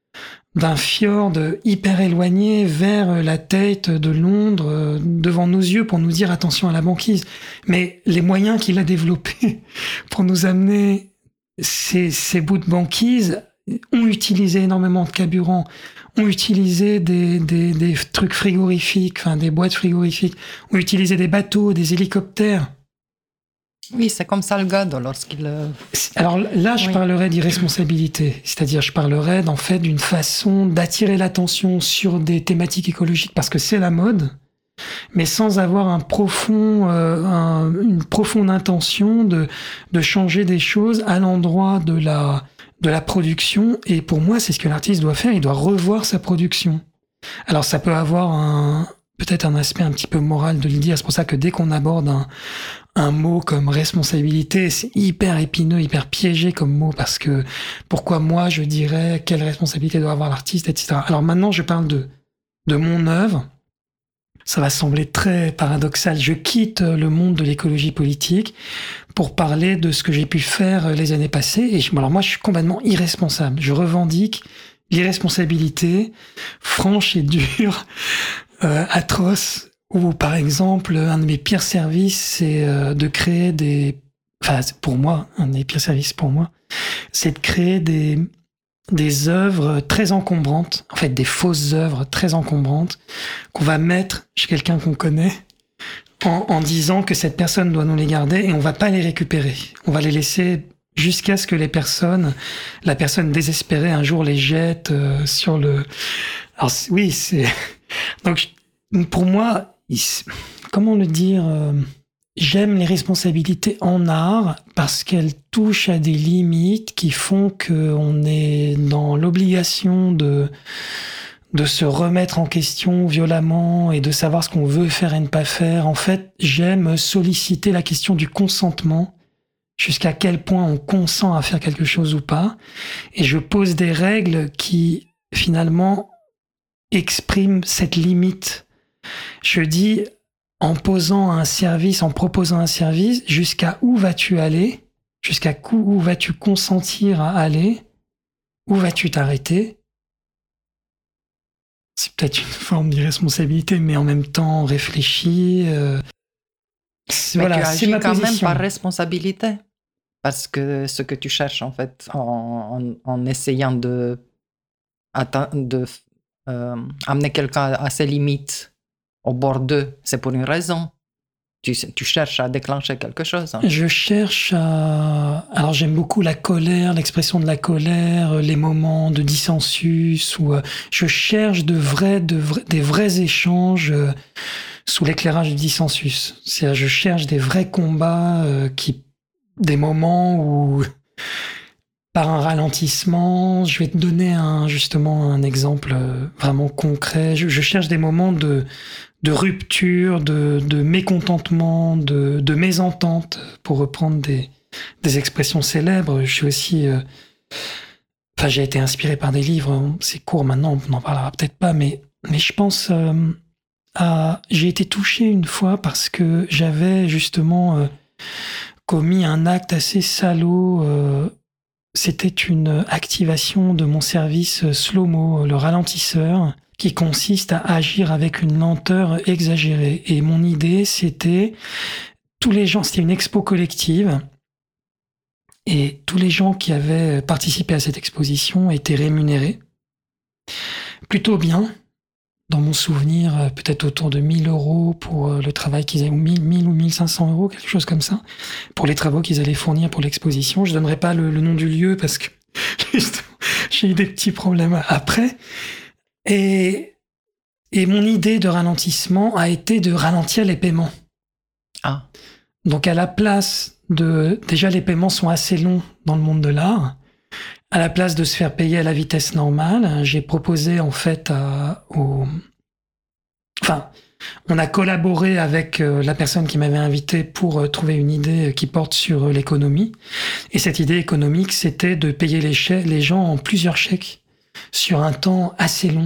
d'un fjord hyper éloigné vers la tête de Londres, euh, devant nos yeux, pour nous dire attention à la banquise. Mais les moyens qu'il a développés pour nous amener ces, ces bouts de banquise ont utilisé énormément de carburant, ont utilisé des, des, des trucs frigorifiques, enfin des boîtes frigorifiques, ont utilisé des bateaux, des hélicoptères. Oui, c'est comme Salgado lorsqu'il... Alors là, je oui. parlerais d'irresponsabilité. C'est-à-dire, je parlerais en fait d'une façon d'attirer l'attention sur des thématiques écologiques parce que c'est la mode, mais sans avoir un profond, euh, un, une profonde intention de, de changer des choses à l'endroit de la, de la production. Et pour moi, c'est ce que l'artiste doit faire. Il doit revoir sa production. Alors, ça peut avoir un... peut-être un aspect un petit peu moral de le dire. C'est pour ça que dès qu'on aborde un, un mot comme responsabilité, c'est hyper épineux, hyper piégé comme mot, parce que pourquoi moi je dirais quelle responsabilité doit avoir l'artiste, et cetera. Alors maintenant, je parle de, de mon œuvre. Ça va sembler très paradoxal. Je quitte le monde de l'écologie politique pour parler de ce que j'ai pu faire les années passées. Et je, alors moi, je suis complètement irresponsable. Je revendique l'irresponsabilité franche et dure, euh, atroce, où par exemple, un de mes pires services, c'est euh, de créer des... Enfin, pour moi, un des pires services pour moi, c'est de créer des... des œuvres très encombrantes, en fait des fausses œuvres très encombrantes, qu'on va mettre chez quelqu'un qu'on connaît, en, en disant que cette personne doit nous les garder et on va pas les récupérer. On va les laisser jusqu'à ce que les personnes, la personne désespérée un jour les jette euh, sur le... Alors oui, c'est... Donc pour moi, il... comment le dire euh... J'aime les responsabilités en art parce qu'elles touchent à des limites qui font qu'on est dans l'obligation de, de se remettre en question violemment et de savoir ce qu'on veut faire et ne pas faire. En fait, j'aime solliciter la question du consentement, jusqu'à quel point on consent à faire quelque chose ou pas. Et je pose des règles qui, finalement, expriment cette limite. Je dis... en posant un service, en proposant un service, jusqu'à où vas-tu aller? Jusqu'à où vas-tu consentir à aller? Où vas-tu t'arrêter? C'est peut-être une forme d'irresponsabilité, mais en même temps réfléchie. Euh... Mais voilà, tu c'est agis ma quand position. même par responsabilité. Parce que ce que tu cherches, en fait, en, en, en essayant de, de euh, amener quelqu'un à ses limites, au bord d'eux, c'est pour une raison. Tu, tu cherches à déclencher quelque chose. Hein. Je cherche à... Alors j'aime beaucoup la colère, l'expression de la colère, les moments de dissensus, où je cherche de vrais, de vrais, des vrais échanges euh, sous l'éclairage du dissensus. C'est-à-dire je cherche des vrais combats, euh, qui... des moments où... par un ralentissement, je vais te donner un, justement un exemple vraiment concret. Je, je cherche des moments de, de rupture, de, de mécontentement, de, de mésentente, pour reprendre des, des expressions célèbres. Je suis aussi... Euh, enfin, j'ai été inspiré par des livres. C'est court maintenant, on n'en parlera peut-être pas, mais, mais je pense euh, à... J'ai été touché une fois parce que j'avais justement euh, commis un acte assez salaud... Euh, C'était une activation de mon service slow-mo, le ralentisseur, qui consiste à agir avec une lenteur exagérée. Et mon idée, c'était tous les gens, c'était une expo collective, et tous les gens qui avaient participé à cette exposition étaient rémunérés. Plutôt bien, dans mon souvenir, peut-être autour de mille euros pour le travail qu'ils avaient, ou mille ou mille cinq cents euros, quelque chose comme ça, pour les travaux qu'ils allaient fournir pour l'exposition. Je donnerai pas le, le nom du lieu parce que j'ai eu des petits problèmes après. Et, et mon idée de ralentissement a été de ralentir les paiements. Ah. Donc à la place de... Déjà, les paiements sont assez longs dans le monde de l'art. À la place de se faire payer à la vitesse normale, j'ai proposé en fait à, au... Enfin, on a collaboré avec la personne qui m'avait invité pour trouver une idée qui porte sur l'économie. Et cette idée économique, c'était de payer les, chèques, les gens en plusieurs chèques sur un temps assez long.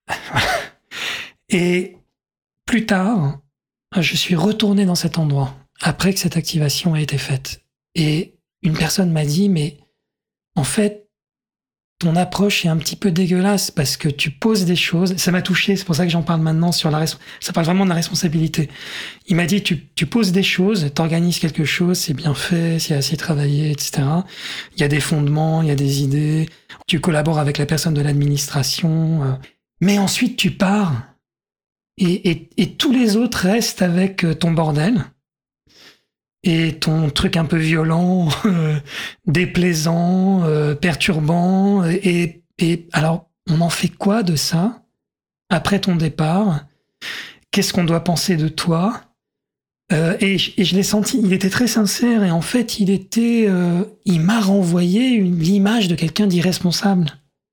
Et plus tard, je suis retourné dans cet endroit. après que cette activation a été faite. Et une personne m'a dit, mais en fait, ton approche est un petit peu dégueulasse parce que tu poses des choses. Ça m'a touché, c'est pour ça que j'en parle maintenant sur la res- ça parle vraiment de la responsabilité. Il m'a dit, tu, tu poses des choses, t'organises quelque chose, c'est bien fait, c'est assez travaillé, et cetera. Il y a des fondements, il y a des idées. Tu collabores avec la personne de l'administration. Euh, mais ensuite, tu pars et, et, et tous les autres restent avec ton bordel. Et ton truc un peu violent, euh, déplaisant, euh, perturbant. Et, et alors, on en fait quoi de ça après ton départ? Qu'est-ce qu'on doit penser de toi? euh, et, et je l'ai senti, il était très sincère. Et en fait, il était, euh, il m'a renvoyé une, l'image de quelqu'un d'irresponsable.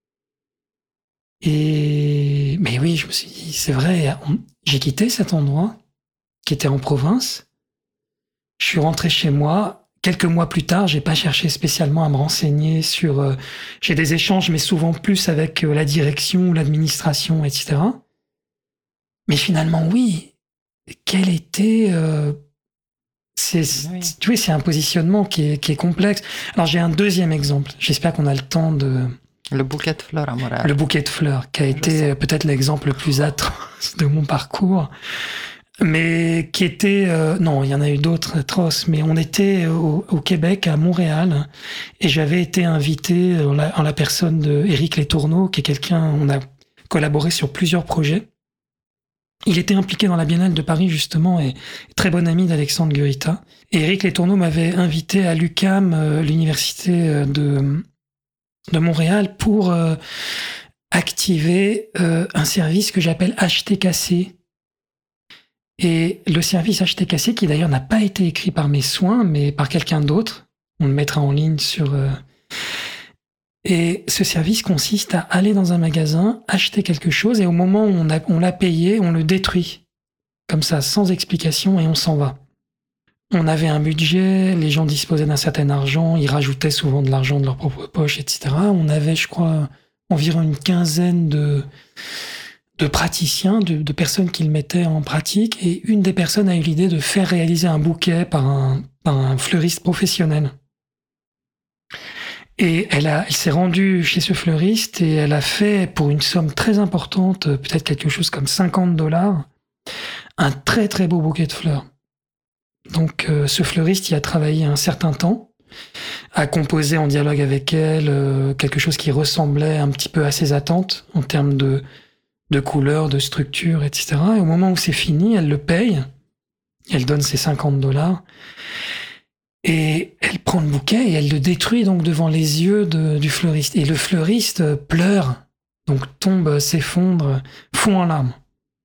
Et mais oui, je me suis dit, c'est vrai. On, j'ai quitté cet endroit qui était en province. Je suis rentré chez moi. Quelques mois plus tard, j'ai pas cherché spécialement à me renseigner sur... Euh, j'ai des échanges, mais souvent plus avec euh, la direction ou l'administration, et cetera. Mais finalement, oui. Quel était... Euh, c'est, oui. Tu vois, c'est un positionnement qui est, qui est complexe. Alors, j'ai un deuxième exemple. J'espère qu'on a le temps de... Le bouquet de fleurs à Montréal. Le bouquet de fleurs, qui a Je été sais. peut-être l'exemple le plus atroce de mon parcours. Mais qui était... Euh, non, il y en a eu d'autres atroces, mais on était au, au Québec, à Montréal, et j'avais été invité en la, en la personne de Éric Letourneau, qui est quelqu'un... On a collaboré sur plusieurs projets. Il était impliqué dans la Biennale de Paris, justement, et très bon ami d'Alexandre Gurita. Et Éric Letourneau m'avait invité à l'U Q A M, euh, l'université de, de Montréal, pour euh, activer euh, un service que j'appelle H T K C. Et le service H T K C, qui d'ailleurs n'a pas été écrit par mes soins, mais par quelqu'un d'autre, on le mettra en ligne sur... Euh... Et ce service consiste à aller dans un magasin, acheter quelque chose, et au moment où on, a, on l'a payé, on le détruit. Comme ça, sans explication, et on s'en va. On avait un budget, les gens disposaient d'un certain argent, ils rajoutaient souvent de l'argent de leur propre poche, et cetera. On avait, je crois, environ une quinzaine de... de praticiens, de, de personnes qui le mettaient en pratique, et une des personnes a eu l'idée de faire réaliser un bouquet par un, par un fleuriste professionnel. Et elle, a, elle s'est rendue chez ce fleuriste et elle a fait, pour une somme très importante, peut-être quelque chose comme cinquante dollars, un très très beau bouquet de fleurs. Donc euh, ce fleuriste y a travaillé un certain temps, a composé en dialogue avec elle euh, quelque chose qui ressemblait un petit peu à ses attentes en termes de de couleurs, de structure, et cetera. Et au moment où c'est fini, elle le paye, elle donne ses cinquante dollars, et elle prend le bouquet et elle le détruit donc devant les yeux de, du fleuriste. Et le fleuriste pleure, donc tombe, s'effondre, fond en larmes.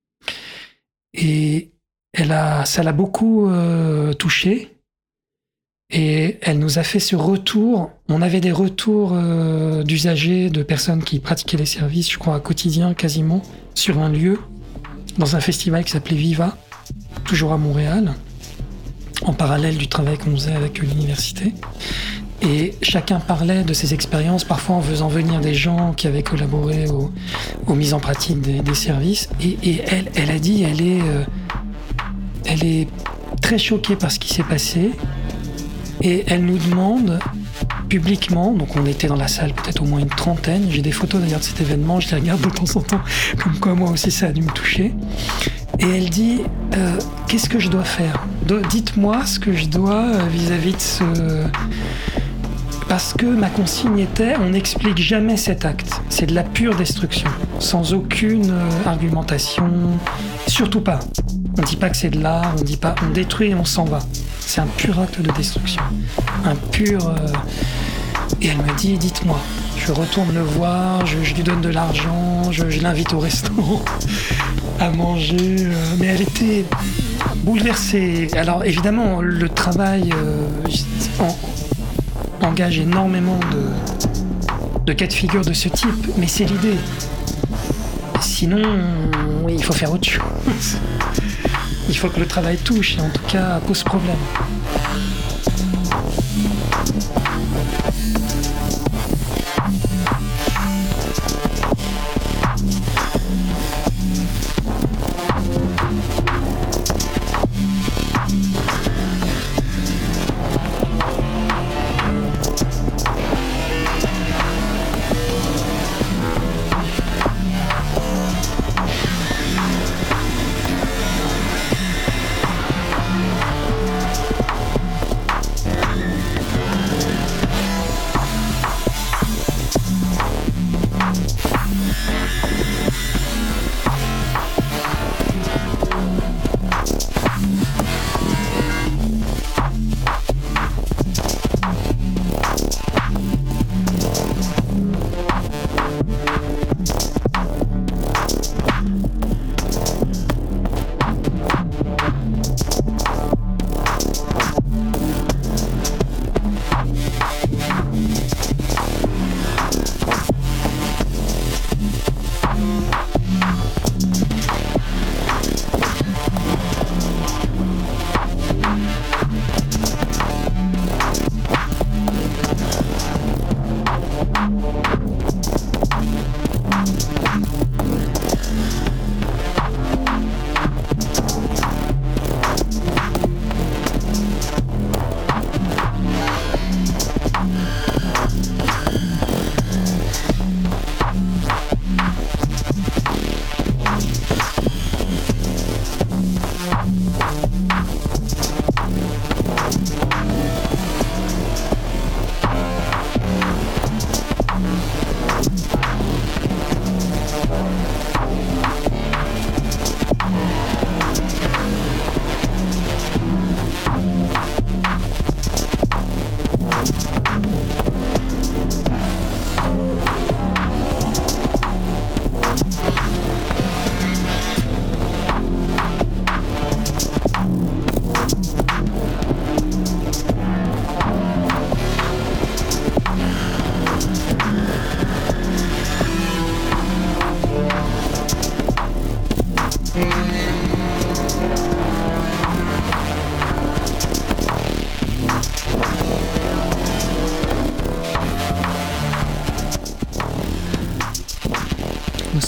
Et elle a, ça l'a beaucoup euh, touchée. Et elle nous a fait ce retour. On avait des retours euh, d'usagers, de personnes qui pratiquaient les services, je crois, quotidien quasiment, sur un lieu, dans un festival qui s'appelait Viva, toujours à Montréal, en parallèle du travail qu'on faisait avec l'université. Et chacun parlait de ses expériences, parfois en faisant venir des gens qui avaient collaboré au, aux mises en pratique des, des services. Et, et elle, elle a dit, elle est, euh, elle est très choquée par ce qui s'est passé. Et elle nous demande publiquement, donc on était dans la salle peut-être au moins une trentaine, j'ai des photos d'ailleurs de cet événement, je les regarde de temps en temps, comme quoi moi aussi ça a dû me toucher. Et elle dit, euh, qu'est-ce que je dois faire ? Dites-moi ce que je dois vis-à-vis de ce... Parce que ma consigne était, on n'explique jamais cet acte. C'est de la pure destruction, sans aucune euh, argumentation, surtout pas. On dit pas que c'est de l'art, on dit pas, on détruit et on s'en va. C'est un pur acte de destruction, un pur. Euh... Et elle me dit, dites-moi. Je retourne le voir, je, je lui donne de l'argent, je, je l'invite au restaurant à manger. Euh... Mais elle était bouleversée. Alors évidemment, le travail euh, en... engage énormément de, de cas de figure de ce type, mais c'est l'idée. Sinon, oui, il faut faire autre chose. Il faut que le travail touche, et en tout cas pose problème.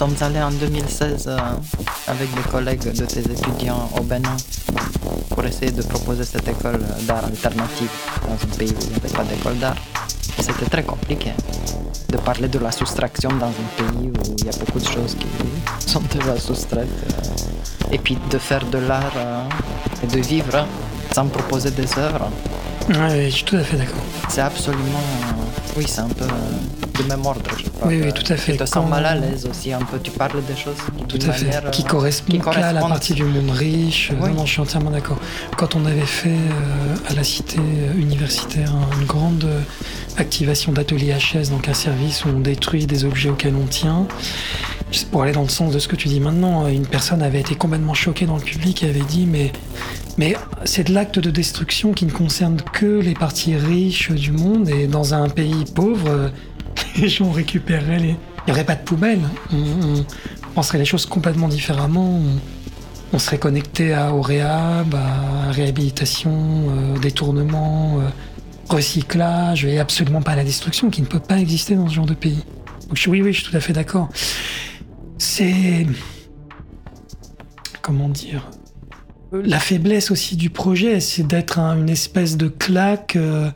sommes allés en deux mille seize euh, avec des collègues de tes étudiants au Bénin pour essayer de proposer cette école d'art alternative dans un pays où il n'y avait pas d'école d'art. Et c'était très compliqué de parler de la soustraction dans un pays où il y a beaucoup de choses qui sont déjà soustraites. Et puis de faire de l'art euh, et de vivre sans proposer des œuvres. Oui, je suis tout à fait d'accord. C'est absolument... Euh, oui, c'est un peu euh, de même ordre, je crois. Oui, oui, tout à fait. Tu te sens mal à l'aise aussi un peu. Tu parles des choses qui, tout à fait. Manière, qui correspondent qu'à la partie du monde riche. Oui. Non, non, je suis entièrement d'accord. Quand on avait fait euh, à la cité universitaire une grande activation d'atelier H S, donc un service où on détruit des objets auxquels on tient, pour aller dans le sens de ce que tu dis maintenant, une personne avait été complètement choquée dans le public et avait dit mais, mais c'est de l'acte de destruction qui ne concerne que les parties riches du monde, et dans un pays pauvre, les gens récupéreraient les... Il n'y aurait pas de poubelle, on, on penserait les choses complètement différemment, on, on serait connecté à, au réhab, à la réhabilitation, euh, détournement, euh, recyclage, et absolument pas à la destruction qui ne peut pas exister dans ce genre de pays. Donc, je, oui, oui, je suis tout à fait d'accord. C'est... Comment dire ? La faiblesse aussi du projet, c'est d'être un, une espèce de claque euh,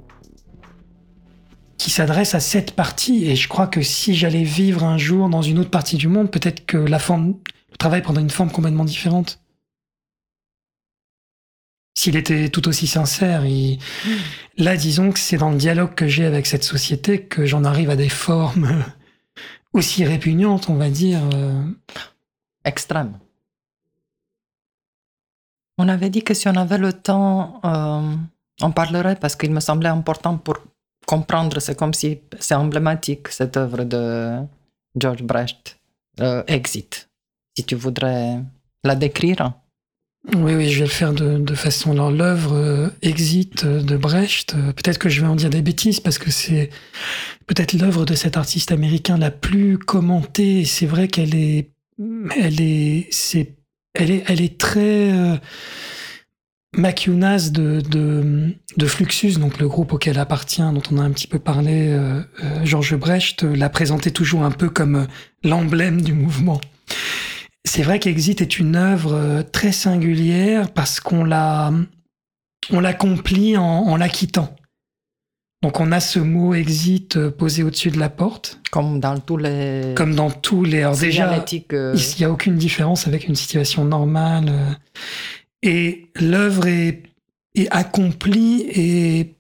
qui s'adresse à cette partie. Et je crois que si j'allais vivre un jour dans une autre partie du monde, peut-être que la forme, le travail prendrait une forme complètement différente. S'il était tout aussi sincère. Et... Mmh. Là, disons que c'est dans le dialogue que j'ai avec cette société que j'en arrive à des formes... aussi répugnante, on va dire. Euh... Extrême. On avait dit que si on avait le temps, euh, on parlerait, parce qu'il me semblait important pour comprendre, c'est comme si c'est emblématique, cette œuvre de George Brecht, euh, Exit. Si tu voudrais la décrire. Oui, oui, je vais le faire de, de façon... Alors, l'œuvre euh, Exit de Brecht, euh, peut-être que je vais en dire des bêtises, parce que c'est peut-être l'œuvre de cet artiste américain la plus commentée, et c'est vrai qu'elle est... Elle est... C'est, elle est, elle est très... Euh, Macunas de, de, de Fluxus, donc le groupe auquel appartient, dont on a un petit peu parlé, euh, euh, Georges Brecht, l'a présenté toujours un peu comme l'emblème du mouvement. C'est vrai qu'Exit est une œuvre très singulière parce qu'on l'a, on l'accomplit en, en la quittant. Donc on a ce mot exit posé au-dessus de la porte. Comme dans tous les... Comme dans tous les... Alors déjà, euh... il n'y a aucune différence avec une situation normale. Et l'œuvre est, est accomplie et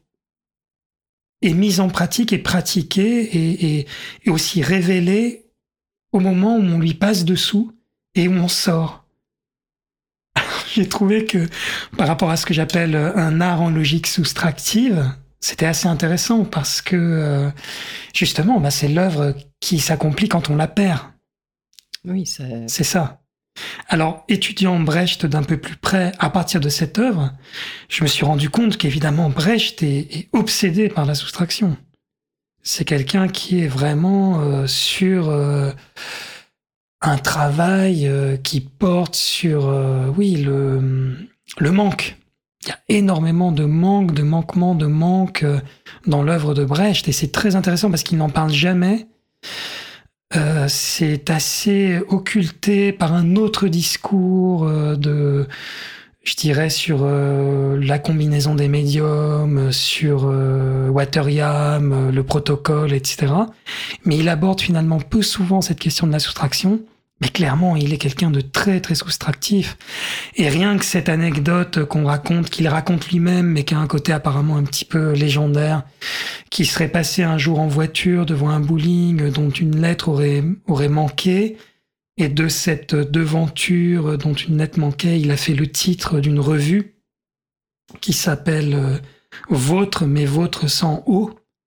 est mise en pratique et pratiquée et, et, et aussi révélée au moment où on lui passe dessous et où on sort. Alors, j'ai trouvé que par rapport à ce que j'appelle un art en logique soustractive, c'était assez intéressant parce que euh, justement, bah, c'est l'œuvre qui s'accomplit quand on la perd. Oui, c'est... C'est ça. Alors, étudiant Brecht d'un peu plus près, à partir de cette œuvre, je me suis rendu compte qu'évidemment Brecht est, est obsédé par la soustraction. C'est quelqu'un qui est vraiment euh, sur euh, un travail euh, qui porte sur, euh, oui, le, le manque. Il y a énormément de manque, de manquement, de manque euh, dans l'œuvre de Brecht, et c'est très intéressant parce qu'il n'en parle jamais. Euh, c'est assez occulté par un autre discours euh, de, je dirais, sur euh, la combinaison des médiums, sur euh, Wateryaam, euh, le protocole, et cetera. Mais il aborde finalement peu souvent cette question de la soustraction. Mais clairement, il est quelqu'un de très, très soustractif. Et rien que cette anecdote qu'on raconte, qu'il raconte lui-même, mais qui a un côté apparemment un petit peu légendaire, qui serait passé un jour en voiture devant un bowling dont une lettre aurait, aurait manqué, et de cette devanture dont une lettre manquait, il a fait le titre d'une revue qui s'appelle « Vôtre, mais Vôtre sans O »,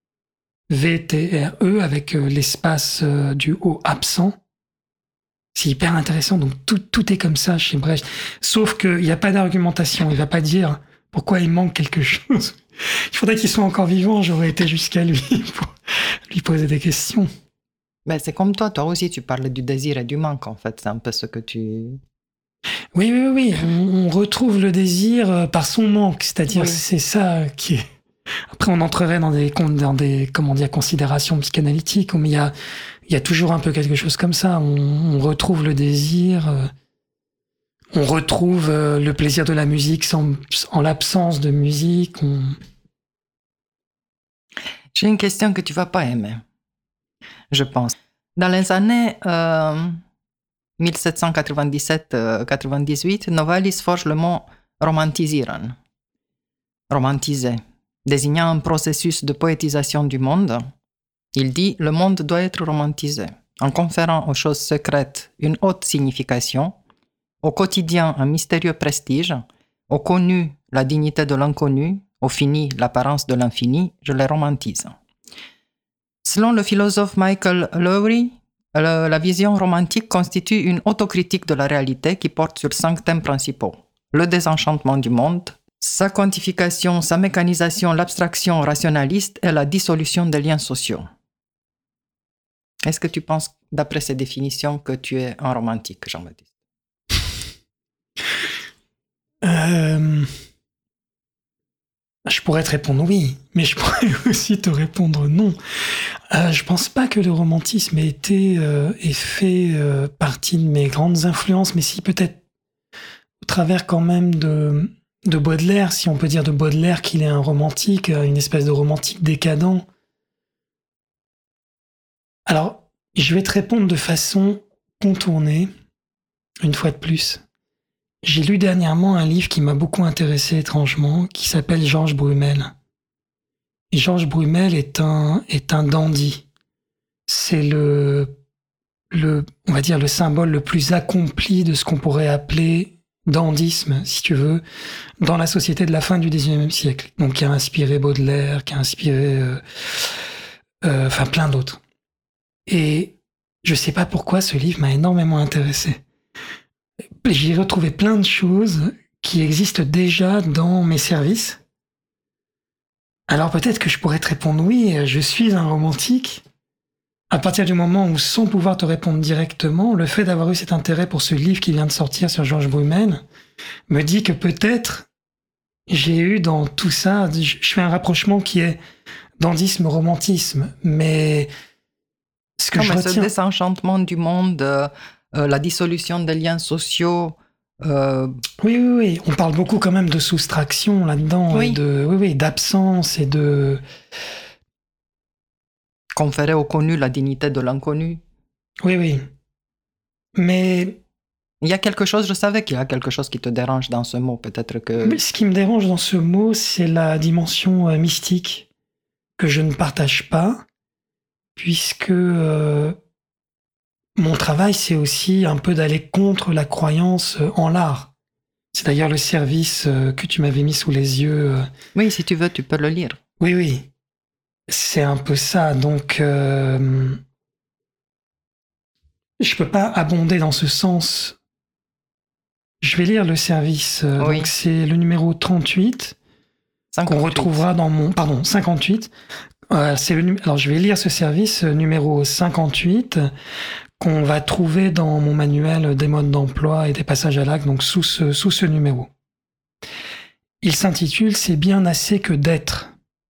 V T R E, avec l'espace du O absent. C'est hyper intéressant, donc tout, tout est comme ça chez Brecht. Sauf qu'il n'y a pas d'argumentation, il ne va pas dire pourquoi il manque quelque chose. Il faudrait qu'il soit encore vivant, j'aurais été jusqu'à lui pour lui poser des questions. Ben, c'est comme toi, toi aussi tu parles du désir et du manque en fait, c'est un peu ce que tu... Oui, oui, oui, on, on retrouve le désir par son manque, c'est-à-dire oui. C'est ça qui est... Après, on entrerait dans des, dans des, comment dire, considérations psychanalytiques, mais il y a, il y a toujours un peu quelque chose comme ça. On, on retrouve le désir, euh, on retrouve euh, le plaisir de la musique sans, en l'absence de musique. On... J'ai une question que tu vas pas aimer, je pense. Dans les années euh, dix-sept cent quatre-vingt-dix-sept quatre-vingt-dix-huit, Novalis forge le mot romantisieren, romantiser, désignant un processus de poétisation du monde. Il dit « Le monde doit être romantisé, en conférant aux choses secrètes une haute signification, au quotidien un mystérieux prestige, au connu la dignité de l'inconnu, au fini l'apparence de l'infini, je les romantise. » Selon le philosophe Michael Lowry, le, la vision romantique constitue une autocritique de la réalité qui porte sur cinq thèmes principaux. Le désenchantement du monde, sa quantification, sa mécanisation, l'abstraction rationaliste et la dissolution des liens sociaux. Est-ce que tu penses, d'après ces définitions, que tu es un romantique, Jean-Baptiste? euh... Je pourrais te répondre oui, mais je pourrais aussi te répondre non. Euh, je pense pas que le romantisme ait été euh, ait fait euh, partie de mes grandes influences, mais si peut-être au travers quand même de, de Baudelaire, si on peut dire de Baudelaire qu'il est un romantique, une espèce de romantique décadent. Alors, je vais te répondre de façon contournée, une fois de plus. J'ai lu dernièrement un livre qui m'a beaucoup intéressé étrangement, qui s'appelle Georges Brumel. Et Georges Brumel est un, est un dandy. C'est le, le, on va dire, le symbole le plus accompli de ce qu'on pourrait appeler dandysme, si tu veux, dans la société de la fin du dix-neuvième siècle. Donc, qui a inspiré Baudelaire, qui a inspiré, euh, euh, enfin, plein d'autres. Et je sais pas pourquoi ce livre m'a énormément intéressé. J'y ai retrouvé plein de choses qui existent déjà dans mes services. Alors peut-être que je pourrais te répondre oui, je suis un romantique. À partir du moment où, sans pouvoir te répondre directement, le fait d'avoir eu cet intérêt pour ce livre qui vient de sortir sur Georges Brumel me dit que peut-être j'ai eu dans tout ça, je fais un rapprochement qui est dandysme, romantisme, mais ce que non, je mais retiens... ce désenchantement du monde... Euh... Euh, la dissolution des liens sociaux. Euh... Oui, oui, oui. On parle beaucoup quand même de soustraction là-dedans, oui. et de, oui, oui, d'absence et de... Conférer au connu la dignité de l'inconnu. Oui, oui. Mais... Il y a quelque chose, je savais qu'il y a quelque chose qui te dérange dans ce mot, peut-être que... Mais ce qui me dérange dans ce mot, c'est la dimension euh, mystique que je ne partage pas, puisque... Euh, mon travail, c'est aussi un peu d'aller contre la croyance en l'art. C'est d'ailleurs le service que tu m'avais mis sous les yeux. Oui, si tu veux, tu peux le lire. Oui, oui. C'est un peu ça. Donc, euh, je peux pas abonder dans ce sens. Je vais lire le service. Oui. Donc, c'est le numéro trente-huit cinquante-huit. Qu'on retrouvera dans mon... Pardon, cinquante-huit. Euh, c'est le, alors, je vais lire ce service numéro cinquante-huit qu'on va trouver dans mon manuel des modes d'emploi et des passages à l'acte, donc sous ce, sous ce numéro. Il s'intitule « C'est bien assez que d'être ».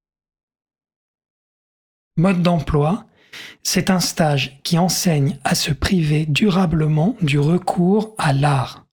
Mode d'emploi, c'est un stage qui enseigne à se priver durablement du recours à l'art.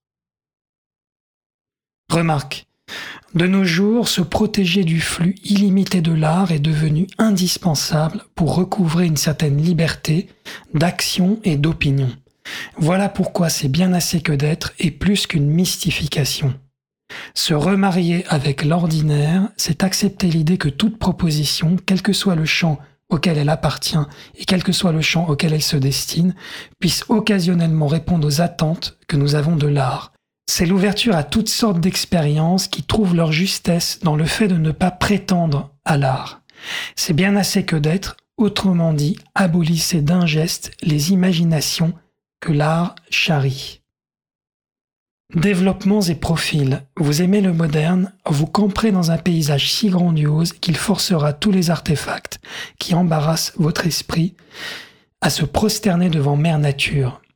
Remarque, de nos jours, se protéger du flux illimité de l'art est devenu indispensable pour recouvrer une certaine liberté d'action et d'opinion. Voilà pourquoi c'est bien assez que d'être est plus qu'une mystification. Se remarier avec l'ordinaire, c'est accepter l'idée que toute proposition, quel que soit le champ auquel elle appartient et quel que soit le champ auquel elle se destine, puisse occasionnellement répondre aux attentes que nous avons de l'art. C'est l'ouverture à toutes sortes d'expériences qui trouvent leur justesse dans le fait de ne pas prétendre à l'art. C'est bien assez que d'être, autrement dit, abolissez d'un geste les imaginations que l'art charrie. Développements et profils. Vous aimez le moderne, vous camperez dans un paysage si grandiose qu'il forcera tous les artefacts qui embarrassent votre esprit à se prosterner devant Mère Nature.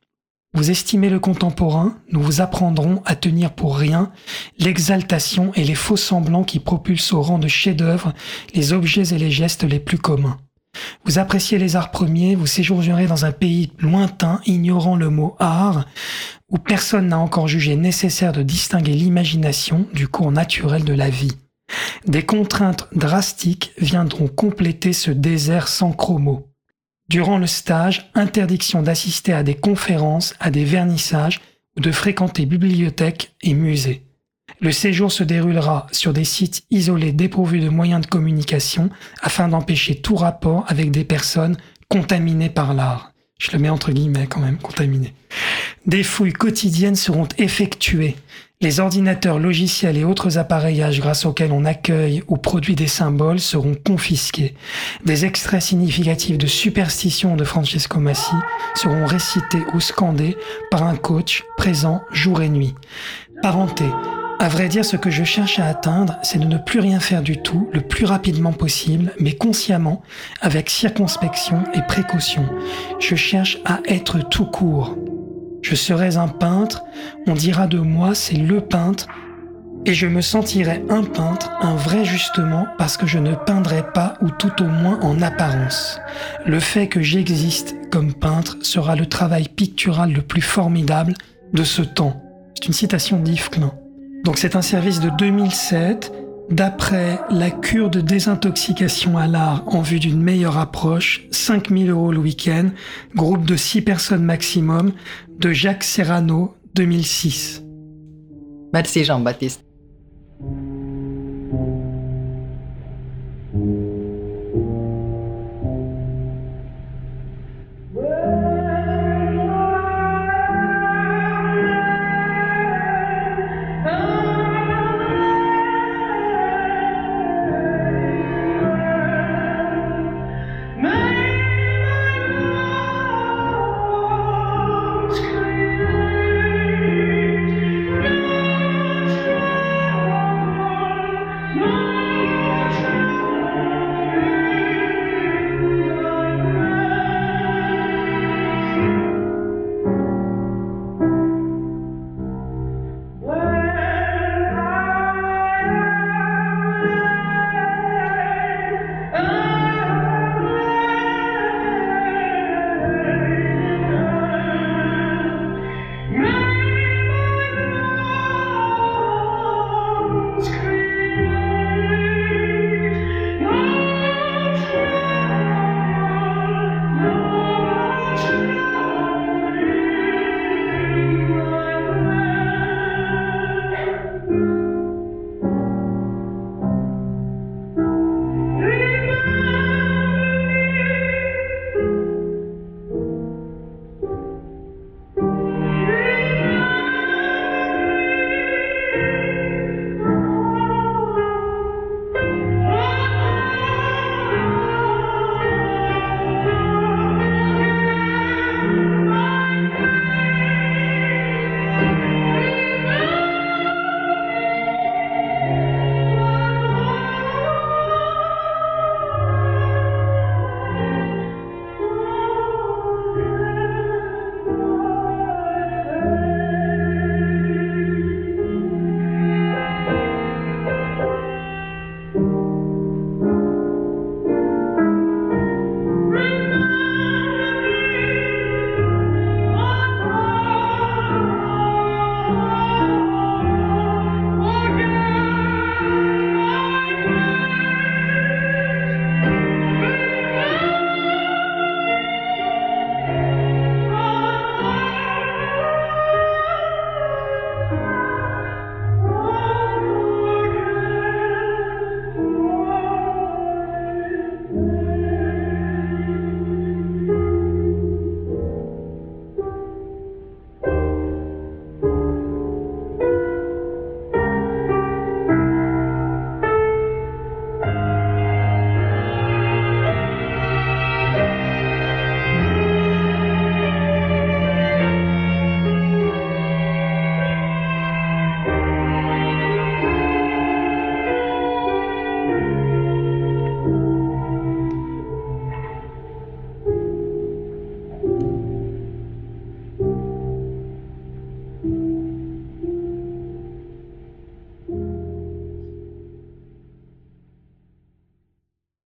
Vous estimez le contemporain, nous vous apprendrons à tenir pour rien l'exaltation et les faux semblants qui propulsent au rang de chef-d'œuvre les objets et les gestes les plus communs. Vous appréciez les arts premiers, vous séjournerez dans un pays lointain, ignorant le mot art, où personne n'a encore jugé nécessaire de distinguer l'imagination du cours naturel de la vie. Des contraintes drastiques viendront compléter ce désert sans chromos. Durant le stage, interdiction d'assister à des conférences, à des vernissages ou de fréquenter bibliothèques et musées. Le séjour se déroulera sur des sites isolés dépourvus de moyens de communication afin d'empêcher tout rapport avec des personnes contaminées par l'art. Je le mets entre guillemets quand même, contaminées. Des fouilles quotidiennes seront effectuées. Les ordinateurs, logiciels et autres appareillages grâce auxquels on accueille ou produit des symboles seront confisqués. Des extraits significatifs de Superstition de Francesco Massi seront récités ou scandés par un coach présent jour et nuit. Parenté. À vrai dire, ce que je cherche à atteindre, c'est de ne plus rien faire du tout, le plus rapidement possible, mais consciemment, avec circonspection et précaution. Je cherche à être tout court. Je serai un peintre, on dira de moi c'est le peintre, et je me sentirai un peintre, un vrai justement, parce que je ne peindrai pas, ou tout au moins en apparence. Le fait que j'existe comme peintre sera le travail pictural le plus formidable de ce temps. C'est une citation d'Yves Klein. Donc c'est un service de deux mille sept, d'après la cure de désintoxication à l'art en vue d'une meilleure approche, cinq mille euros le week-end, groupe de six personnes maximum, de Jacques Serrano, deux mille six. Merci Jean-Baptiste.